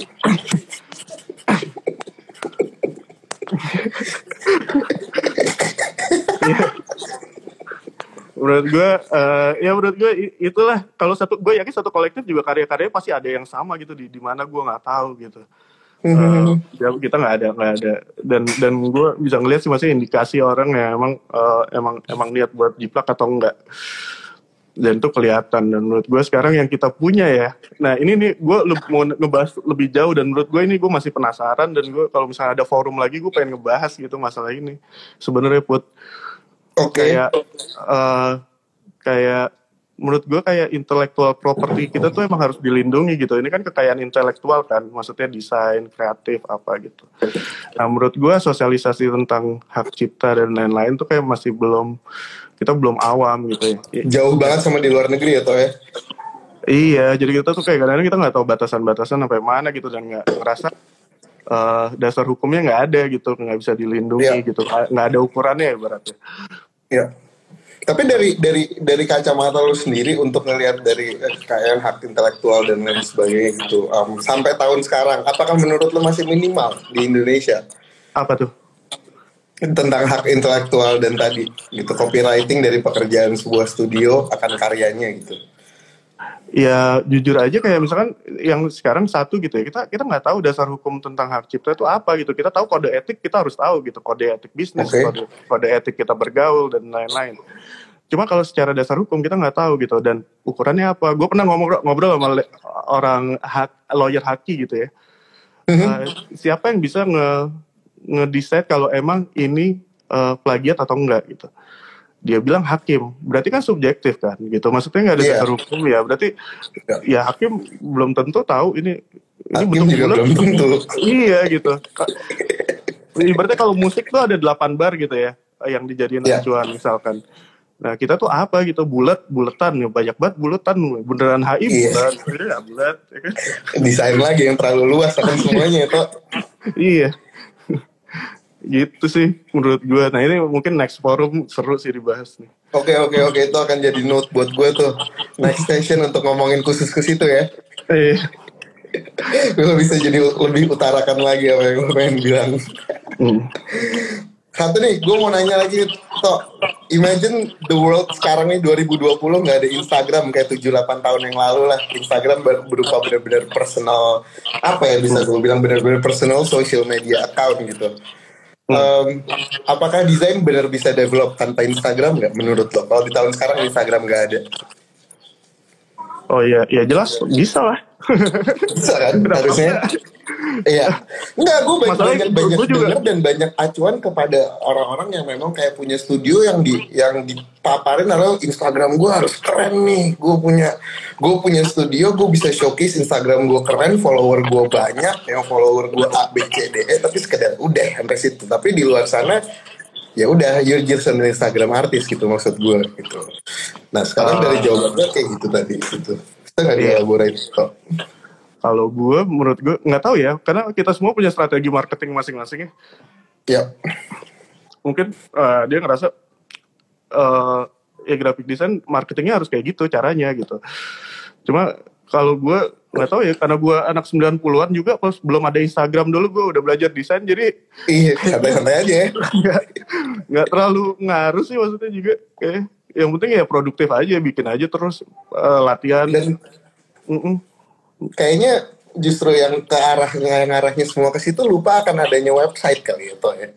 Menurut gue, uh, ya menurut gue itulah kalau satu, gue yakin satu kolektif juga karya-karyanya pasti ada yang sama gitu di di mana gue nggak tahu gitu. Uh, ya kita nggak ada nggak ada dan dan gue bisa ngeliat sih masih indikasi orang yang emang uh, emang emang niat buat jiplak atau enggak, dan itu kelihatan. Dan menurut gue sekarang yang kita punya ya, nah ini nih gue le- mau ngebahas lebih jauh, dan menurut gue ini gue masih penasaran, dan gue kalau misalnya ada forum lagi gue pengen ngebahas gitu masalah ini sebenarnya, Put. Oke. Okay. Kayak uh, kayak menurut gue kayak intellectual property kita tuh emang harus dilindungi gitu. Ini kan kekayaan intelektual kan, maksudnya desain, kreatif apa gitu. Nah menurut gue sosialisasi tentang hak cipta dan lain-lain tuh kayak masih belum, kita belum awam gitu ya. Jauh banget sama di luar negeri ya toh ya. Iya, jadi kita tuh kayak kadang-kadang kita nggak tahu batasan-batasan sampai mana gitu, dan nggak ngerasa uh, dasar hukumnya nggak ada gitu, nggak bisa dilindungi ya. Gitu, nggak ada ukurannya ya berarti. Ya. Tapi dari dari dari kacamata lu sendiri untuk ngelihat dari kekayaan hak intelektual dan lain sebagainya gitu, um, sampai tahun sekarang, apakah menurut lu masih minimal di Indonesia? Apa tuh? Tentang hak intelektual dan tadi gitu, copywriting dari pekerjaan sebuah studio akan karyanya gitu. Ya jujur aja kayak misalkan yang sekarang satu gitu ya, kita kita nggak tahu dasar hukum tentang hak cipta itu apa gitu. Kita tahu kode etik, kita harus tahu gitu, kode etik bisnis, okay. kode, kode etik kita bergaul dan lain-lain. Cuma kalau secara dasar hukum kita nggak tahu gitu, dan ukurannya apa. Gue pernah ngobrol ngobrol sama le- orang hak, lawyer haki gitu ya. Mm-hmm. Uh, siapa yang bisa nge ngedecide kalau emang ini uh, plagiat atau enggak gitu? Dia bilang hakim, berarti kan subjektif kan gitu, maksudnya nggak ada yeah. dasar hukum ya, berarti yeah. ya hakim belum tentu tahu ini ini hakim juga belum tentu. Iya gitu. Ibaratnya kalau musik tuh ada delapan bar gitu ya yang dijadiin yeah. acuan misalkan. Nah kita tuh apa gitu, bulat buletan ya, banyak banget buletan, beneran H I yeah. bulat, ya bulat. Ya kan? Desain lagi yang terlalu luas akan semuanya itu. Iya. Gitu sih menurut gue. Nah ini mungkin next forum seru sih dibahas nih. Oke oke oke itu akan jadi note buat gue tuh, next session untuk ngomongin khusus ke situ ya. Iya. Gue bisa jadi lebih utarakan lagi apa yang gue pengen bilang. Hmm. Satu nih, gue mau nanya lagi, Toh. Imagine the world sekarang nih dua ribu dua puluh nggak ada Instagram kayak tujuh delapan tahun yang lalu lah. Instagram berupa benar-benar personal, apa ya bisa gue bilang, benar-benar personal social media account gitu. Um, apakah desain benar bisa develop tanpa Instagram nggak menurut lo? Kalau di tahun sekarang Instagram nggak ada. Oh iya, ya jelas bisa lah. Bisa kan? Harusnya. Iya. Enggak, gue banyak banyak, banyak dengar dan banyak acuan kepada orang-orang yang memang kayak punya studio yang di yang dipaparin adalah Instagram gue harus keren nih. Gue punya gue punya studio, gue bisa showcase Instagram gue keren, follower gue banyak, yang follower gue A B C D E, tapi sekedar udah sampai situ. Tapi di luar sana ya udah, you're just an Instagram artis gitu maksud gue gitu. Nah sekarang uh, dari jawabannya kayak gitu tadi gitu. Kita nggak iya. dielaborate kok. Kalau gue, menurut gue nggak tahu ya, karena kita semua punya strategi marketing masing-masing ya. Ya. Mungkin uh, dia ngerasa uh, ya graphic design marketingnya harus kayak gitu caranya gitu. Cuma kalau gue nggak tahu ya, karena gue anak sembilan puluhan juga, pas belum ada Instagram dulu gue udah belajar desain, jadi iya santai-santai aja ya. Nggak terlalu ngaruh sih maksudnya juga kayak yang penting ya produktif aja, bikin aja terus uh, latihan. Dan Mm-mm. kayaknya justru yang ke arah yang arahnya semua ke situ lupa akan adanya website kali itu ya.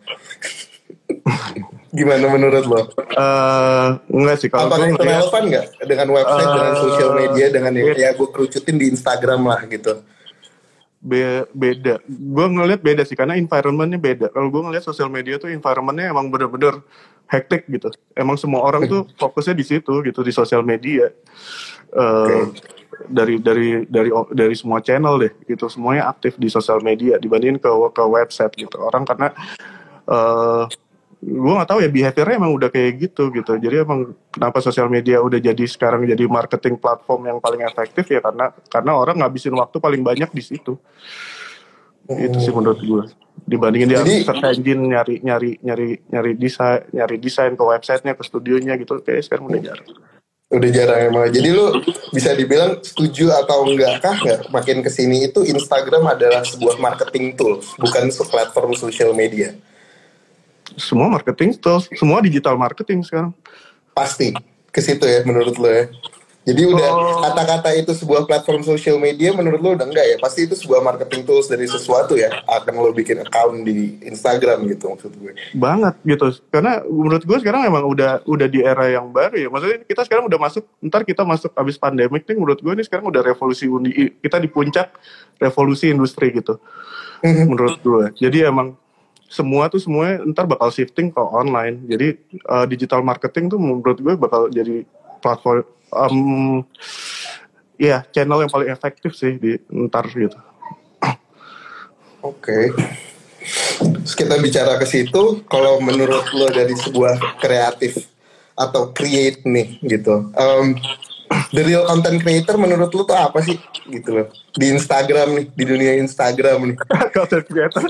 Gimana menurut lo? Uh, enggak sih kalau apakah gue itu relevan nggak dengan website, uh, dengan sosial media, dengan ya, ya gue kerucutin di Instagram lah gitu? Be- beda, gue ngeliat beda sih karena environmentnya beda. Kalau gue ngeliat sosial media tuh environmentnya emang bener-bener hektik gitu. Emang semua orang tuh fokusnya di situ gitu, di sosial media. Uh, okay. dari dari dari dari semua channel deh gitu, semuanya aktif di sosial media dibandingin ke ke website gitu. Orang karena uh, gue nggak tahu ya behaviornya emang udah kayak gitu gitu. Jadi emang kenapa sosial media udah jadi sekarang jadi marketing platform yang paling efektif ya karena karena orang ngabisin waktu paling banyak di situ. Hmm. Itu sih menurut gue. Dibandingin dia search engine nyari nyari nyari nyari desain nyari desain ke websitenya, ke studionya gitu, kayak sekarang udah jarang. Udah jarang emang. Jadi lu bisa dibilang setuju atau enggak kah nggak makin kesini itu Instagram adalah sebuah marketing tool, bukan platform sosial media. Semua marketing tools, semua digital marketing sekarang. Pasti ke situ ya menurut lo ya. Jadi udah oh. kata-kata itu sebuah platform sosial media menurut lo udah enggak ya? Pasti itu sebuah marketing tools dari sesuatu ya. Akan lo bikin account di Instagram gitu maksud gue. Banget gitu. Karena menurut gue sekarang emang udah udah di era yang baru ya. Maksudnya kita sekarang udah masuk, ntar kita masuk abis pandemik nih, menurut gue nih sekarang udah revolusi, kita di puncak revolusi industri gitu. Mm-hmm. Menurut gue. Jadi emang semua tuh semuanya ntar bakal shifting ke online. Jadi uh, digital marketing tuh menurut gue bakal jadi platform, um, ya yeah, channel yang paling efektif sih di ntar gitu. Oke. Okay. Terus kita bicara ke situ, kalau menurut lo dari sebuah kreatif atau create nih gitu, um, the real content creator menurut lo tuh apa sih gitu loh di Instagram nih, di dunia Instagram nih? Content creator.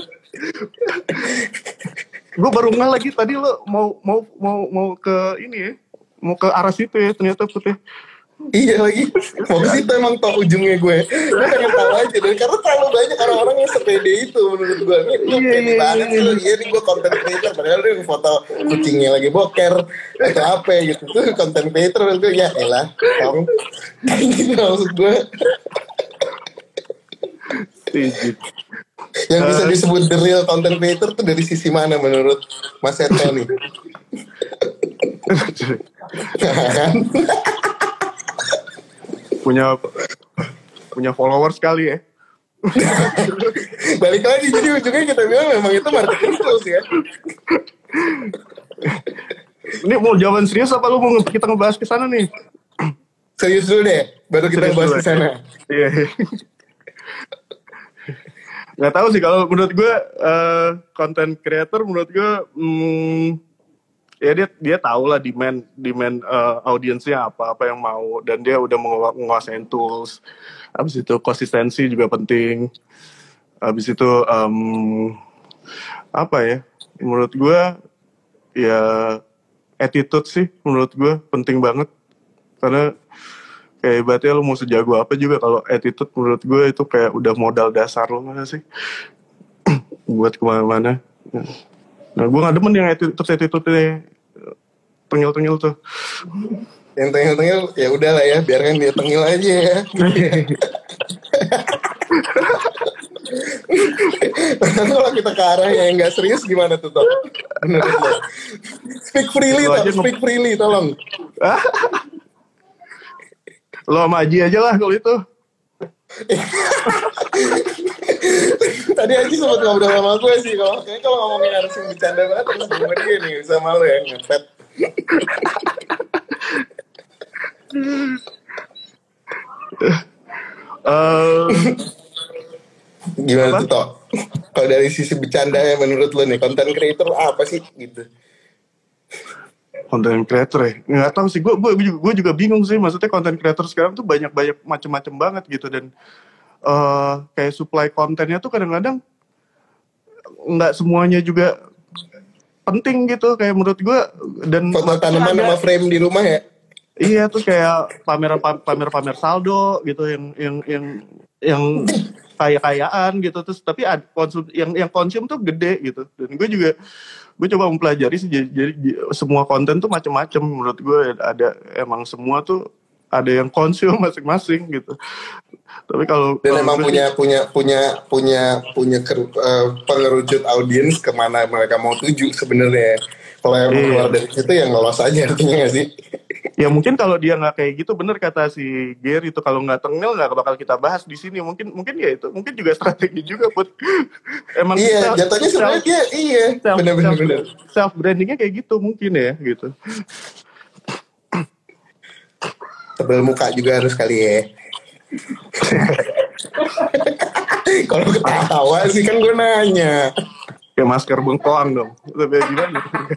Gue baru nggak lagi tadi lo mau mau mau mau ke ini ya, mau ke arah situ ya ternyata putih. Iya lagi, mau ke situ emang tau ujungnya gue. Gue pengen tahu aja deh, karena terlalu banyak orang-orang yang sepede itu menurut gue. Nih lu pede banget sih lu, iya nih gue content creator, padahal dia foto kucingnya lagi boker atau apa gitu. Tuh content creator menurut gue, ya elah, tong. Kayak gitu maksud gue. Yang bisa disebut the real content creator tuh dari sisi mana menurut Mas Seto nih? Kan? punya punya followers kali ya. Balik lagi, jadi ujungnya kita bilang memang itu marketing tools ya. Ini mau jawaban serius apa lu mau kita ngebahas ke sana nih? Serius dulu deh, baru kita serius bahas ke sana. Iya. Nggak tahu sih, kalau menurut gue uh, content creator menurut gue hmm, ya dia dia tahu lah demand demand uh, audiensnya apa apa yang mau, dan dia udah menguasain tools. Habis itu konsistensi juga penting. Habis itu um, apa ya? Menurut gue ya attitude sih menurut gue penting banget, karena kayak ibaratnya lo mau sejago apa juga kalau attitude menurut gue itu kayak udah modal dasar lo nggak sih buat kemana-mana. Nah gue nggak demen yang attitude attitude tengil-tengil tuh. Yang tengil-tengil ya udah lah ya, biarkan dia tengil aja ya. Kalau kita ke arah yang nggak serius gimana tuh Tok? Menurut lo? Speak freely Tok, speak freely tolong. Lo sama Aji aja lah kalau itu. Tadi Aji sempat ngobrol sama gue sih, kalau kayaknya kalau ngomongin harus yang bercanda banget terus sama dia nih, sama lo yang ngepet. uh, Gimana apa? Tuh Tok? Kalau dari sisi bercanda ya menurut lo nih, content creator apa sih gitu? Content creator ya, nggak tahu sih, gue gue gue juga bingung sih. Maksudnya content creator sekarang tuh banyak banyak macam-macam banget gitu, dan uh, kayak supply kontennya tuh kadang-kadang nggak semuanya juga penting gitu, kayak menurut gue. Dan foto tanaman sama frame di rumah ya. Iya tuh kayak pameran pamer pamer saldo gitu, yang yang yang yang kaya-kayaan gitu, terus tapi ada konsum yang yang konsum tuh gede gitu. Dan gue juga gue coba mempelajari sih, jadi, jadi semua konten tuh macam-macam menurut gue, ada emang semua tuh ada yang konsum masing-masing gitu. Tapi kalau Dan kalau emang gue punya sih, punya punya punya punya ker- eh, pengerucut audiens kemana mereka mau tuju sebenarnya. Kalau emang keluar iya. dari situ ya ngelos aja artinya nggak sih? Ya mungkin kalau dia nggak kayak gitu, bener kata si Gary itu, kalau nggak tengil nggak bakal kita bahas di sini. Mungkin mungkin ya itu, mungkin juga strategi juga buat emang Iya, self jatuhnya sebenarnya self dia iya, self benar-benar self, benar. self brandingnya kayak gitu mungkin ya gitu. Tebel muka juga harus kali ya. Kalau ketawa sih kan gue nanya. Kayak masker bengkoang dong. Tapi gimana?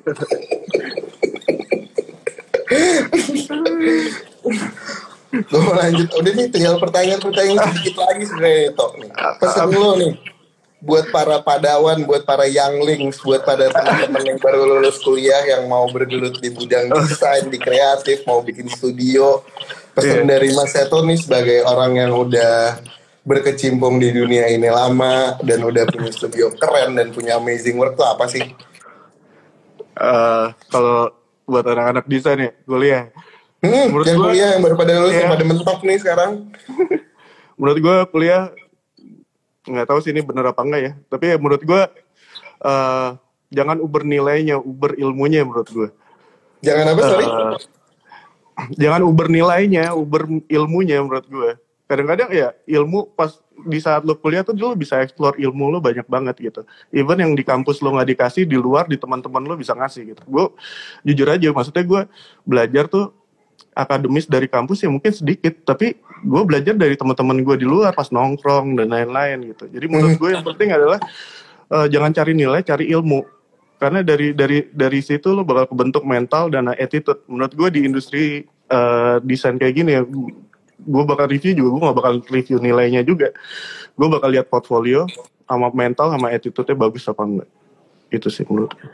Gue mau lanjut. Udah nih tinggal pertanyaan-pertanyaan sedikit lagi sebenarnya Tok nih. Pesan lo nih buat para padawan, buat para younglings, buat pada teman-teman yang baru lulus kuliah yang mau bergelut di bidang desain, di kreatif, mau bikin studio. Pesan Iya. dari Mas Seto nih sebagai orang yang udah berkecimpung di dunia ini lama dan udah punya studio keren dan punya amazing work tuh apa sih? Eh, kalau buat anak-anak desain ya, kuliah. Hmm, Menurut yang gue, kuliah yang baru pada lulus yang ya, pada mentok nih sekarang. menurut gue kuliah nggak tahu sih ini bener apa enggak ya. Tapi ya menurut gue eh jangan uber nilainya, uber ilmunya menurut gue. Jangan apa sorry? Eh, jangan uber nilainya, uber ilmunya menurut gue. Kadang-kadang ya ilmu pas di saat lo kuliah tuh lo bisa explore ilmu lo banyak banget gitu. Even yang di kampus lo nggak dikasih, di luar di teman-teman lo bisa ngasih gitu. Gue jujur aja, maksudnya gue belajar tuh akademis dari kampus ya mungkin sedikit, tapi gue belajar dari teman-teman gue di luar pas nongkrong dan lain-lain gitu. Jadi menurut gue yang penting adalah uh, jangan cari nilai, cari ilmu. Karena dari dari dari situ lo bakal kebentuk mental dan attitude. Menurut gue di industri uh, desain kayak gini ya, gue bakal review juga, gue gak bakal review nilainya juga. Gue bakal lihat portfolio sama mental sama attitude-nya bagus apa enggak. Itu sih menurut gue.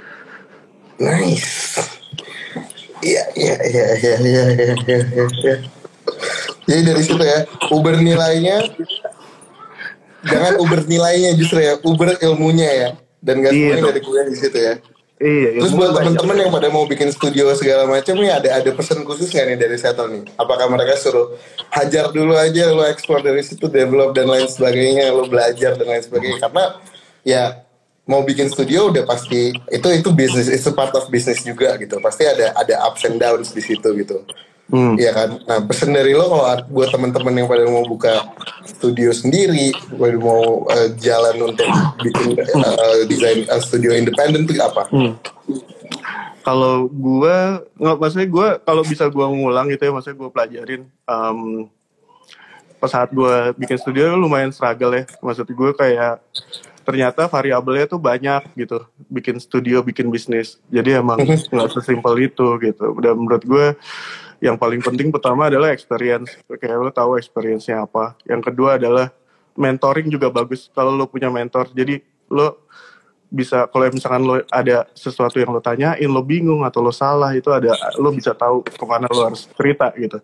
Nice. Iya, iya, iya, iya, iya, iya, iya, iya. Jadi dari situ ya, uber nilainya, jangan uber nilainya justru ya, uber ilmunya ya. Dan gak Iya semuanya dong. dari kuliah di situ ya. Iya, Terus ilmu buat banyak. teman-teman yang pada mau bikin studio segala macam nih, ada ada pesan khusus nggak nih dari Seto nih? Apakah mereka suruh hajar dulu aja, lo explore dari situ, develop dan lain sebagainya, lo belajar dan lain sebagainya? Karena ya mau bikin studio udah pasti itu itu bisnis, itu part of bisnis juga gitu. Pasti ada ada ups and downs di situ gitu. Hmm. Iya kan. Nah pesan dari lo kalau buat teman-teman yang pada mau buka studio sendiri, pada mau uh, jalan untuk bikin uh, desain uh, studio independen tuh apa? Hmm. Kalau gue nggak, maksudnya gue kalau bisa gue ngulang gitu ya, maksudnya gue pelajarin. Um, pas saat gue bikin studio lumayan struggle ya. Maksud gue kayak ternyata variabelnya tuh banyak gitu, bikin studio, bikin bisnis. Jadi emang nggak sesimpel itu gitu. Dan menurut gue yang paling penting pertama adalah experience. Kayak lo tahu experience-nya apa. Yang kedua adalah mentoring juga bagus kalau lo punya mentor. Jadi lo bisa, kalau misalkan lo ada sesuatu yang lo tanyain, lo bingung atau lo salah, itu ada, lo bisa tahu kemana lo harus cerita gitu.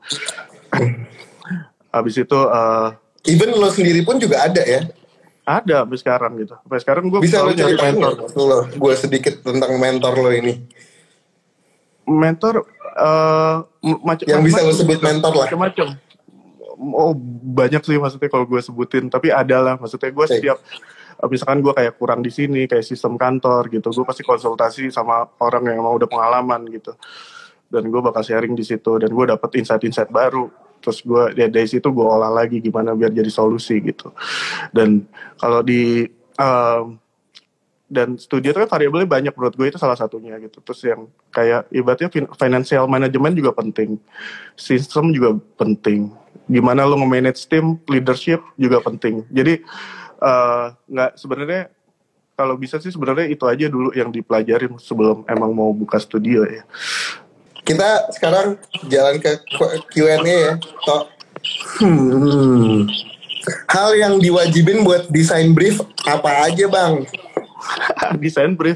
Habis itu uh, even lo sendiri pun juga ada ya? Ada sampai sekarang gitu. Sampai sekarang gue bisa lo selalu nyari ceritain mentor. lo, gue sedikit tentang mentor lo ini. Mentor uh, macam yang bisa lo sebut mentor lah. Macam-macam. Oh banyak sih maksudnya kalau gue sebutin, tapi ada lah maksudnya gue setiap misalkan gue kayak kurang di sini kayak sistem kantor gitu, gue pasti konsultasi sama orang yang emang udah pengalaman gitu, dan gue bakal sharing di situ dan gue dapet insight-insight baru, terus gue ya dari situ gue olah lagi gimana biar jadi solusi gitu. Dan kalau di um, dan studio itu kan variabelnya banyak, menurut gue itu salah satunya gitu. Terus yang kayak ibaratnya financial management juga penting, sistem juga penting, gimana lo nge-manage tim, leadership juga penting. Jadi nggak uh, sebenarnya kalau bisa sih sebenarnya itu aja dulu yang dipelajarin sebelum emang mau buka studio ya. Kita sekarang jalan ke Q and A ya. Tok. Hmm. Hal yang diwajibin buat desain brief apa aja bang? Desain brief.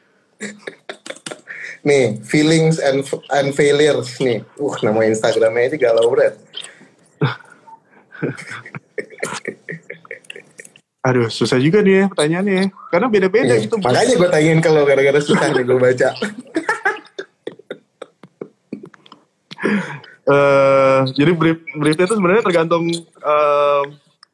Nih feelings and and failures nih. Uh nama Instagramnya ini galau berat. Aduh, susah juga nih ya pertanyaannya ya. Karena beda-beda Iya, gitu. makanya gue tanyain ke lo gara-gara susah nih gue baca. Eh, jadi brief briefnya itu sebenarnya tergantung eh,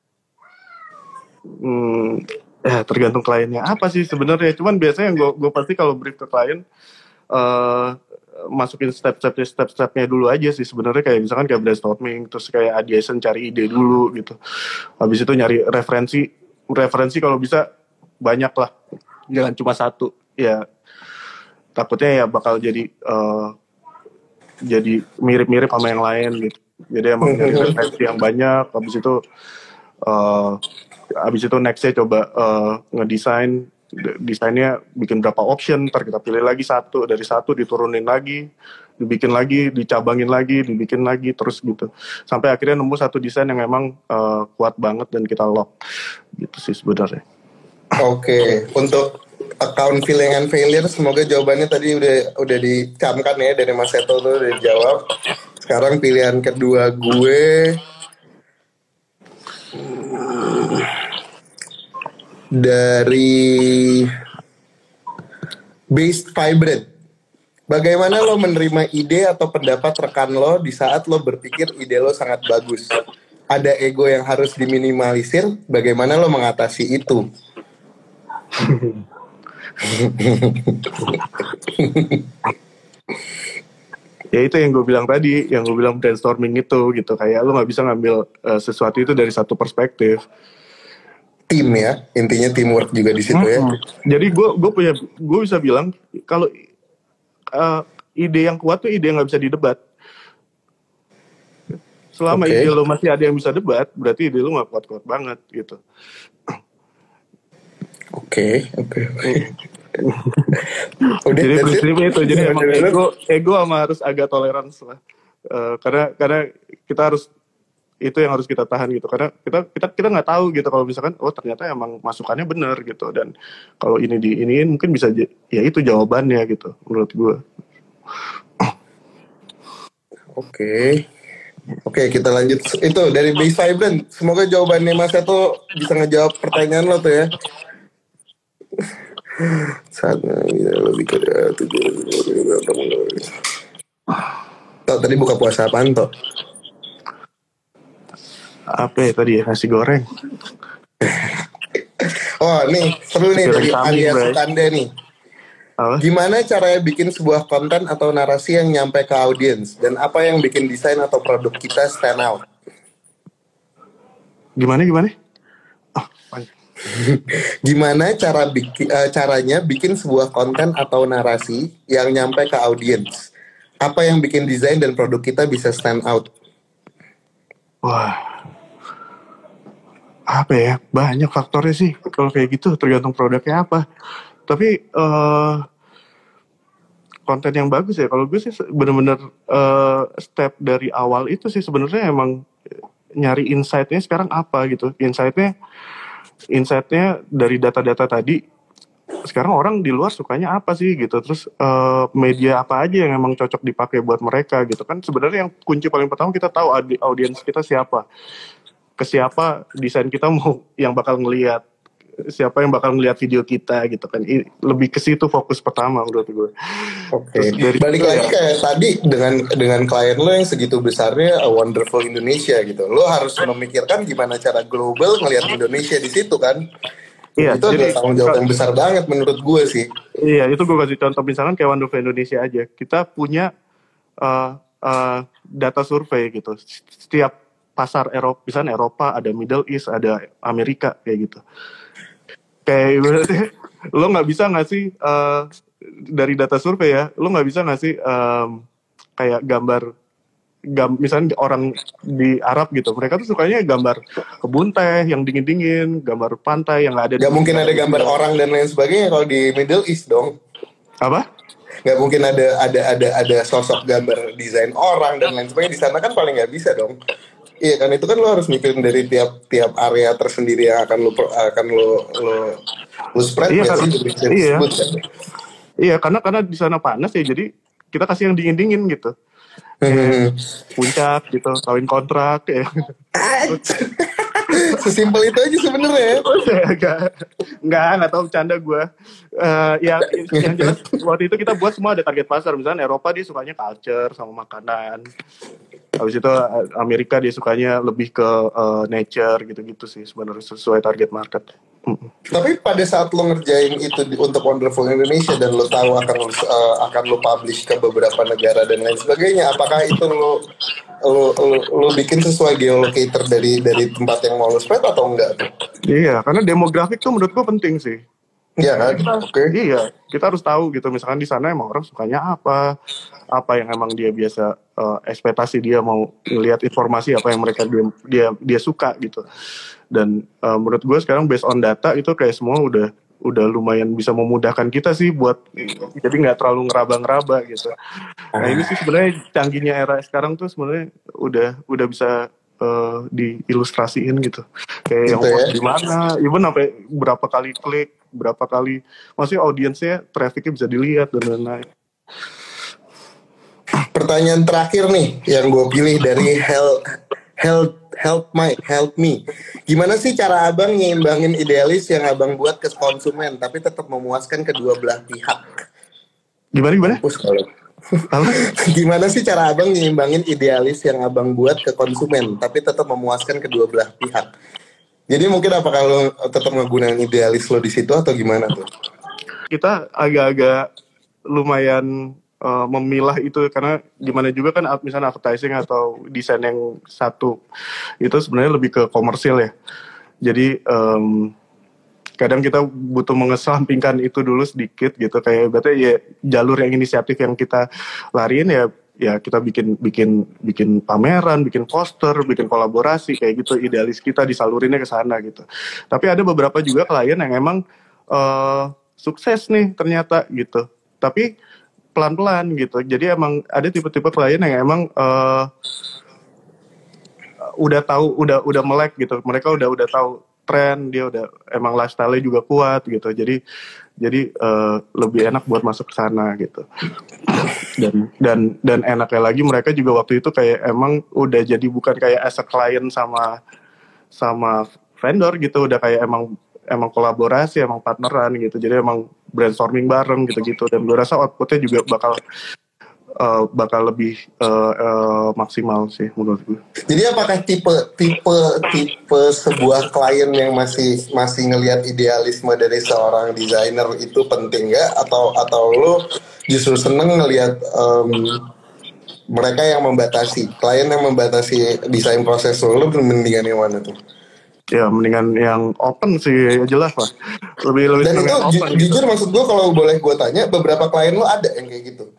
hmm, ya tergantung kliennya apa sih sebenarnya. Cuman biasanya yang gue gue pasti kalau brief ke klien eh masukin step-step step-stepnya dulu aja sih sebenarnya, kayak misalkan kayak brainstorming, terus kayak ideation, cari ide dulu gitu. Habis itu nyari referensi referensi kalau bisa banyak lah, jangan cuma satu ya, takutnya ya bakal jadi uh, jadi mirip-mirip sama yang lain gitu. Jadi emang nyari referensi yang banyak. Habis itu uh, habis itu nextnya coba uh, ngedesain desainnya, bikin berapa option, ntar kita pilih lagi satu, dari satu diturunin lagi, dibikin lagi, dicabangin lagi, dibikin lagi, terus gitu sampai akhirnya nemu satu desain yang memang uh, kuat banget dan kita lock gitu sih sebenarnya. Oke, okay. Untuk account filling and failure, semoga jawabannya tadi udah udah dicamkan ya dari Mas Seto tuh, udah dijawab. Sekarang pilihan kedua gue dari Based Vibrant. Bagaimana lo menerima ide atau pendapat rekan lo di saat lo berpikir ide lo sangat bagus? Ada ego yang harus diminimalisir. Bagaimana lo mengatasi itu? Ya itu yang gue bilang tadi, yang gue bilang brainstorming itu gitu, kayak lo nggak bisa ngambil uh, sesuatu itu dari satu perspektif. Tim ya, intinya teamwork juga di situ ya. Jadi gue gue punya gue bisa bilang kalau uh, ide yang kuat tuh ide yang nggak bisa didebat. Selama okay. ide lo masih ada yang bisa debat, berarti ide lo nggak kuat-kuat banget gitu. Oke, oke. Jadi prinsipnya itu, jadi emang ego ego sama harus agak toleransi lah. Uh, karena karena kita harus, itu yang harus kita tahan gitu, karena kita kita kita nggak tahu gitu kalau misalkan oh ternyata emang masukannya benar gitu, dan kalau ini di iniin mungkin bisa ya itu jawabannya gitu menurut gue. Oke. Oke, kita lanjut. Itu dari Base Vibrant. Semoga jawabannya Mas Seto bisa ngejawab pertanyaan lo tuh ya. Saatnya lebih ke tujuh. Toh tadi buka puasa apaan toh? Apa ya tadi ya, nasi goreng. Oh nih seru nih dari Andi Sukanda nih. Apa? Gimana caranya bikin sebuah konten atau narasi yang nyampe ke audiens, dan apa yang bikin desain atau produk kita stand out? Gimana gimana? Oh, Gimana cara bikin uh, caranya bikin sebuah konten atau narasi yang nyampe ke audiens? Apa yang bikin desain dan produk kita bisa stand out? Wah, apa ya? Banyak faktornya sih. Kalau kayak gitu tergantung produknya apa. Tapi uh, konten yang bagus ya, kalau gue sih benar-benar uh, step dari awal itu sih sebenarnya emang nyari insight-nya sekarang apa gitu. Insight-nya insight-nya dari data-data tadi. Sekarang orang di luar sukanya apa sih gitu. Terus uh, media apa aja yang emang cocok dipakai buat mereka gitu kan. Sebenarnya yang kunci paling pertama kita tahu audiens kita siapa. Ke siapa desain kita mau yang bakal ngelihat, siapa yang bakal ngelihat video kita gitu kan. Lebih ke situ fokus pertama menurut gue. Oke. Okay. Balik lagi ya, kayak tadi dengan dengan klien lo yang segitu besarnya, A Wonderful Indonesia gitu. Lo harus memikirkan gimana cara global ngelihat Indonesia di situ kan. Iya, itu adalah tanggung jawab yang besar banget menurut gue sih. Iya, itu gue kasih contoh misalkan kayak Wonderful Indonesia aja. Kita punya uh, uh, data survei gitu. Setiap pasar Eropa, misalnya Eropa, ada Middle East, ada Amerika kayak gitu. Kayak berarti lo nggak bisa ngasih uh, dari data survei ya, lo nggak bisa ngasih um, kayak gambar, gam, misalnya orang di Arab gitu, mereka tuh sukanya gambar kebun teh yang dingin-dingin, gambar pantai yang nggak ada. Gak mungkin ada gambar itu. Orang dan lain sebagainya kalau di Middle East dong. Apa? Gak mungkin ada ada ada ada sosok gambar desain orang dan lain sebagainya di sana kan, paling nggak bisa dong. Iya kan, itu kan lo harus mikirin dari tiap tiap area tersendiri yang akan lo akan lo lo, lo spread iya, ya kan, sih iya. Disebut, kan? Iya, karena karena di sana panas ya, jadi kita kasih yang dingin-dingin gitu. Hmm. Puncak gitu, kawin kontrak ya. Sesimpel itu aja sebenarnya. Enggak, enggak, enggak tahu bercanda gue. Uh, ya, yang jelas waktu itu kita buat semua ada target pasar. Misalnya Eropa dia sukanya culture sama makanan. Habis itu Amerika dia sukanya lebih ke uh, nature gitu-gitu sih sebenarnya sesuai target market. Mm. Tapi pada saat lo ngerjain itu di, untuk Wonderful Indonesia dan lo tahu akan uh, akan lo publish ke beberapa negara dan lain sebagainya, apakah itu lo lo lo, lo bikin sesuai geolocator dari dari tempat yang mau lo spread atau enggak? Iya, karena demografik tuh menurut gue penting sih. Iya kan? Oke. Okay. Iya, kita harus tahu gitu. Misalkan di sana emang orang sukanya apa, apa yang emang dia biasa uh, ekspektasi dia mau ngelihat informasi apa yang mereka dia dia, dia suka gitu. Dan uh, menurut gue sekarang based on data itu kayak semua udah udah lumayan bisa memudahkan kita sih buat jadi nggak terlalu ngeraba-ngeraba gitu. Nah ini sih sebenarnya canggihnya era sekarang tuh sebenarnya udah udah bisa uh, diilustrasiin gitu. Kayak gitu yang post ya? Di mana, even sampai berapa kali klik, berapa kali, maksudnya audiensnya, trafficnya bisa dilihat dan lain-lain. Pertanyaan terakhir nih yang gue pilih dari Help Help Help My Help Me. Gimana sih cara abang nyimbangin idealis yang abang buat ke konsumen tapi tetap memuaskan kedua belah pihak? Gimana gimana? Gimana sih cara abang nyimbangin idealis yang abang buat ke konsumen tapi tetap memuaskan kedua belah pihak? Jadi mungkin apa kalau tetap menggunakan idealis lo di situ atau gimana tuh? Kita agak-agak lumayan uh, memilah itu karena gimana juga kan misalnya advertising atau desain yang satu itu sebenarnya lebih ke komersil ya. Jadi um, kadang kita butuh mengesampingkan itu dulu sedikit gitu kayak berarti ya jalur yang inisiatif yang kita lariin ya ya kita bikin bikin bikin pameran, bikin poster, bikin kolaborasi kayak gitu, idealis kita disalurinnya ke sana gitu. Tapi ada beberapa juga klien yang emang uh, sukses nih ternyata gitu. Tapi pelan-pelan gitu. Jadi emang ada tipe-tipe klien yang emang uh, udah tahu, udah udah melek gitu. Mereka udah udah tahu tren, dia udah emang lifestyle-nya juga kuat gitu. Jadi jadi uh, lebih enak buat masuk ke sana gitu. Dan dan dan enaknya lagi mereka juga waktu itu kayak emang udah jadi bukan kayak as a client sama sama vendor gitu, udah kayak emang emang kolaborasi, emang partneran gitu. Jadi emang brainstorming bareng gitu-gitu dan gue rasa outputnya juga bakal uh, bakal lebih uh, uh, maksimal sih menurut gue. Jadi apakah tipe tipe tipe sebuah klien yang masih masih ngelihat idealisme dari seorang desainer itu penting nggak atau atau lo justru seneng ngelihat um, mereka yang membatasi, klien yang membatasi desain proses lo, lo mendingan yang mana tuh? Ya mendingan yang open sih, jelas lah. Lebih lebih dan itu yang ju- open, jujur gitu. Maksud gue kalau boleh gue tanya, beberapa klien lo ada yang kayak gitu?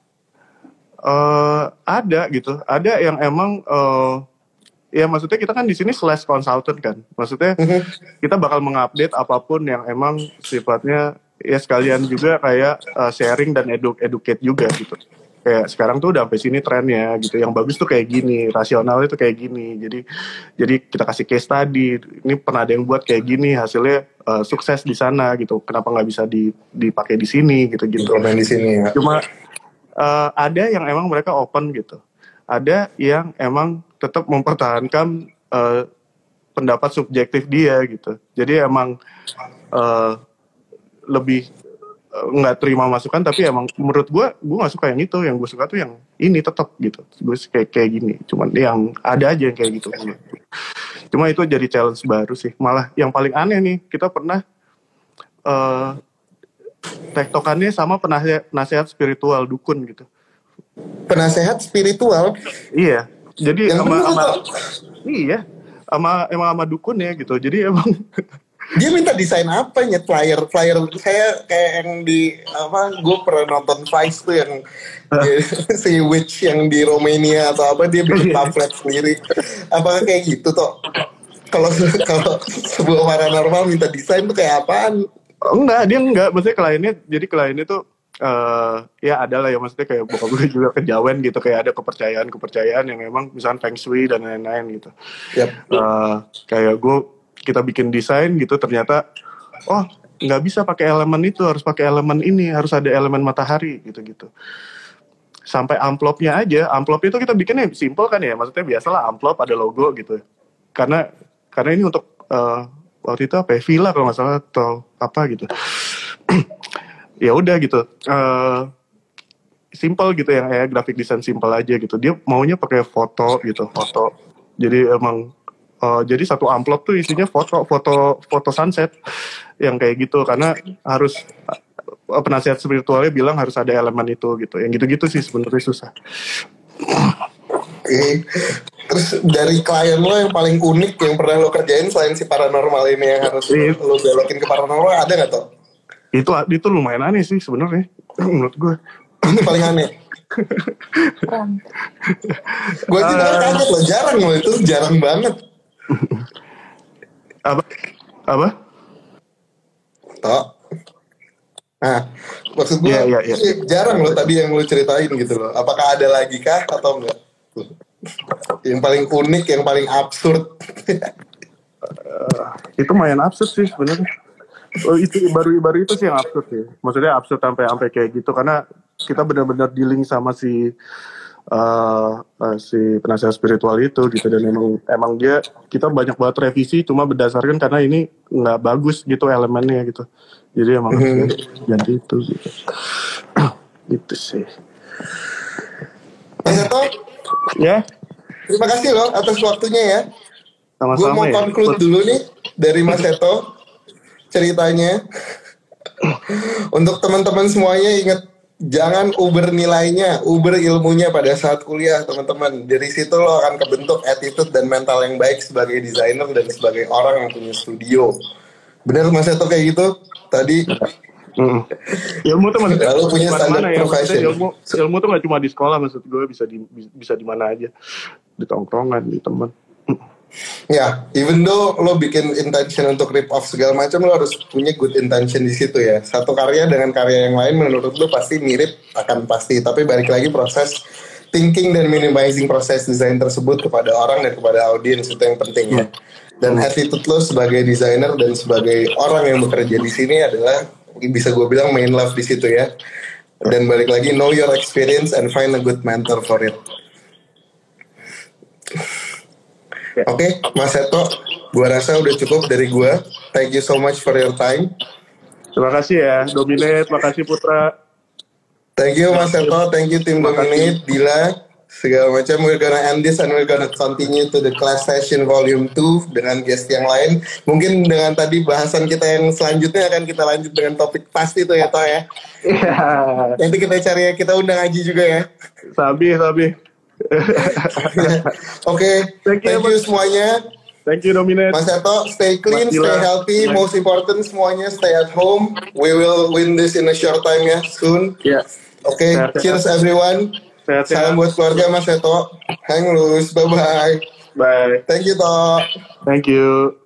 Uh, ada gitu, ada yang emang uh, ya maksudnya kita kan di sini slash consultant kan, maksudnya kita bakal mengupdate apapun yang emang sifatnya ya sekalian juga kayak uh, sharing dan edu- educate juga gitu. Kayak sekarang tuh udah sampai sini trennya gitu, yang bagus tuh kayak gini, rasional itu kayak gini, jadi jadi kita kasih case study, ini pernah ada yang buat kayak gini, hasilnya uh, sukses di sana gitu, kenapa nggak bisa di, dipakai di sini gitu gitu. Di sini ya. Cuma uh, ada yang emang mereka open gitu, ada yang emang tetap mempertahankan uh, pendapat subjektif dia gitu, jadi emang uh, lebih nggak terima masukan, tapi emang menurut gue gue nggak suka yang itu, yang gue suka tuh yang ini tetap gitu, gue kayak kayak gini, cuman yang ada aja yang kayak gitu. Cuma itu jadi challenge baru sih. Malah yang paling aneh nih, kita pernah uh, tektokannya sama penasehat spiritual dukun gitu. Penasehat spiritual? Iya, jadi sama sama iya sama emang sama dukun ya gitu, jadi emang dia minta desain apa ya, flyer flyer saya kayak yang di apa, gue pernah nonton Vice tuh yang dia, si witch yang di Romania atau apa, dia bikin pamflet sendiri. Apakah kayak gitu toh? Kalau kalau sebuah paranormal minta desain tuh kayak apaan? Enggak, dia enggak, maksudnya kliennya, jadi kliennya tuh uh, ya ada lah ya, maksudnya kayak bokap gue juga kejawen gitu, kayak ada kepercayaan kepercayaan yang memang misalnya feng shui dan lain-lain gitu. Yep. Uh, kayak gue kita bikin desain gitu, ternyata oh nggak bisa pakai elemen itu, harus pakai elemen ini, harus ada elemen matahari gitu-gitu. Sampai amplopnya aja, amplop itu kita bikinnya simple kan ya, maksudnya biasalah amplop ada logo gitu, karena karena ini untuk uh, waktu itu apa ya, villa kalau nggak salah atau apa gitu. Ya udah gitu, uh, simple gitu ya, kayak graphic design simple aja gitu. Dia maunya pakai foto gitu, foto. Jadi emang uh, jadi satu amplop tuh isinya foto, foto, foto sunset yang kayak gitu, karena harus uh, penasihat spiritualnya bilang harus ada elemen itu gitu. Yang gitu-gitu sih sebenarnya susah. Oke. Terus dari klien lo yang paling unik yang pernah lo kerjain selain si paranormal ini yang harus lo, lo belokin ke paranormal, ada nggak toh? Itu itu lumayan aneh sih sebenarnya menurut gue. Itu paling aneh. Gue sih uh, kaget loh, jarang loh itu, jarang banget. Apa? Apa? Toh. Nah, maksud gue yeah, yeah, yeah. jarang loh tadi yang lo ceritain gitu loh. Apakah ada lagi kah atau enggak? Yang paling unik, yang paling absurd. uh, itu lumayan absurd sih sebenarnya. Oh, itu baru baru itu sih yang absurd sih. Maksudnya absurd sampai sampai kayak gitu karena kita benar-benar dealing sama si uh, uh, si penasihat spiritual itu gitu, dan emang emang dia kita banyak banget revisi cuma berdasarkan karena ini nggak bagus gitu elemennya gitu. Jadi emang mm-hmm. ganti itu gitu. Gitu sih. Mas Seto, ya. Terima kasih loh atas waktunya ya. Sama-sama. Gue mau ya. conclude dulu nih dari Mas Seto ceritanya. Untuk teman-teman semuanya ingat, jangan uber nilainya, uber ilmunya pada saat kuliah teman-teman. Dari situ lo akan kebentuk attitude dan mental yang baik sebagai desainer dan sebagai orang yang punya studio. Bener Mas Seto kayak gitu tadi. Mm. Ilmu tuh maksudnya lalu punya standar ya, profession. Ilmu, ilmu tuh nggak cuma di sekolah, maksud gue bisa di bisa di mana aja, di tongkrongan, di teman. Ya, even though lo bikin intention untuk rip off segala macam, lo harus punya good intention di situ ya. Satu karya dengan karya yang lain menurut lo pasti mirip, akan pasti. Tapi balik lagi proses thinking dan minimizing proses desain tersebut kepada orang dan kepada audiens itu yang penting ya. Dan attitude lo sebagai desainer dan sebagai orang yang bekerja di sini adalah, bisa gue bilang, main love di situ ya. Dan balik lagi, know your experience and find a good mentor for it. Oke, okay, Mas Seto, gue rasa udah cukup dari gue. Thank you so much for your time. Terima kasih ya, Dominate. Terima kasih Putra. Thank you Mas Seto, thank you tim Dominate, Bila, segala macam. We're gonna end this and we're gonna continue to the class session volume two dengan guest yang lain. Mungkin dengan tadi bahasan kita yang selanjutnya akan kita lanjut dengan topik pasti itu ya Toh ya. Yeah. Nanti kita cari, kita undang Aji juga ya. Sabi, sabi. Oke, okay, thank you, thank you semuanya. Thank you Dominate. Mas Seto, stay clean, stay healthy. Nice. Most important semuanya stay at home. We will win this in a short time ya, soon. Yeah. Oke, okay, cheers everyone. Sehat, salam buat keluarga Mas Seto. Hang loose, bye bye. Bye. Thank you Toh. Thank you.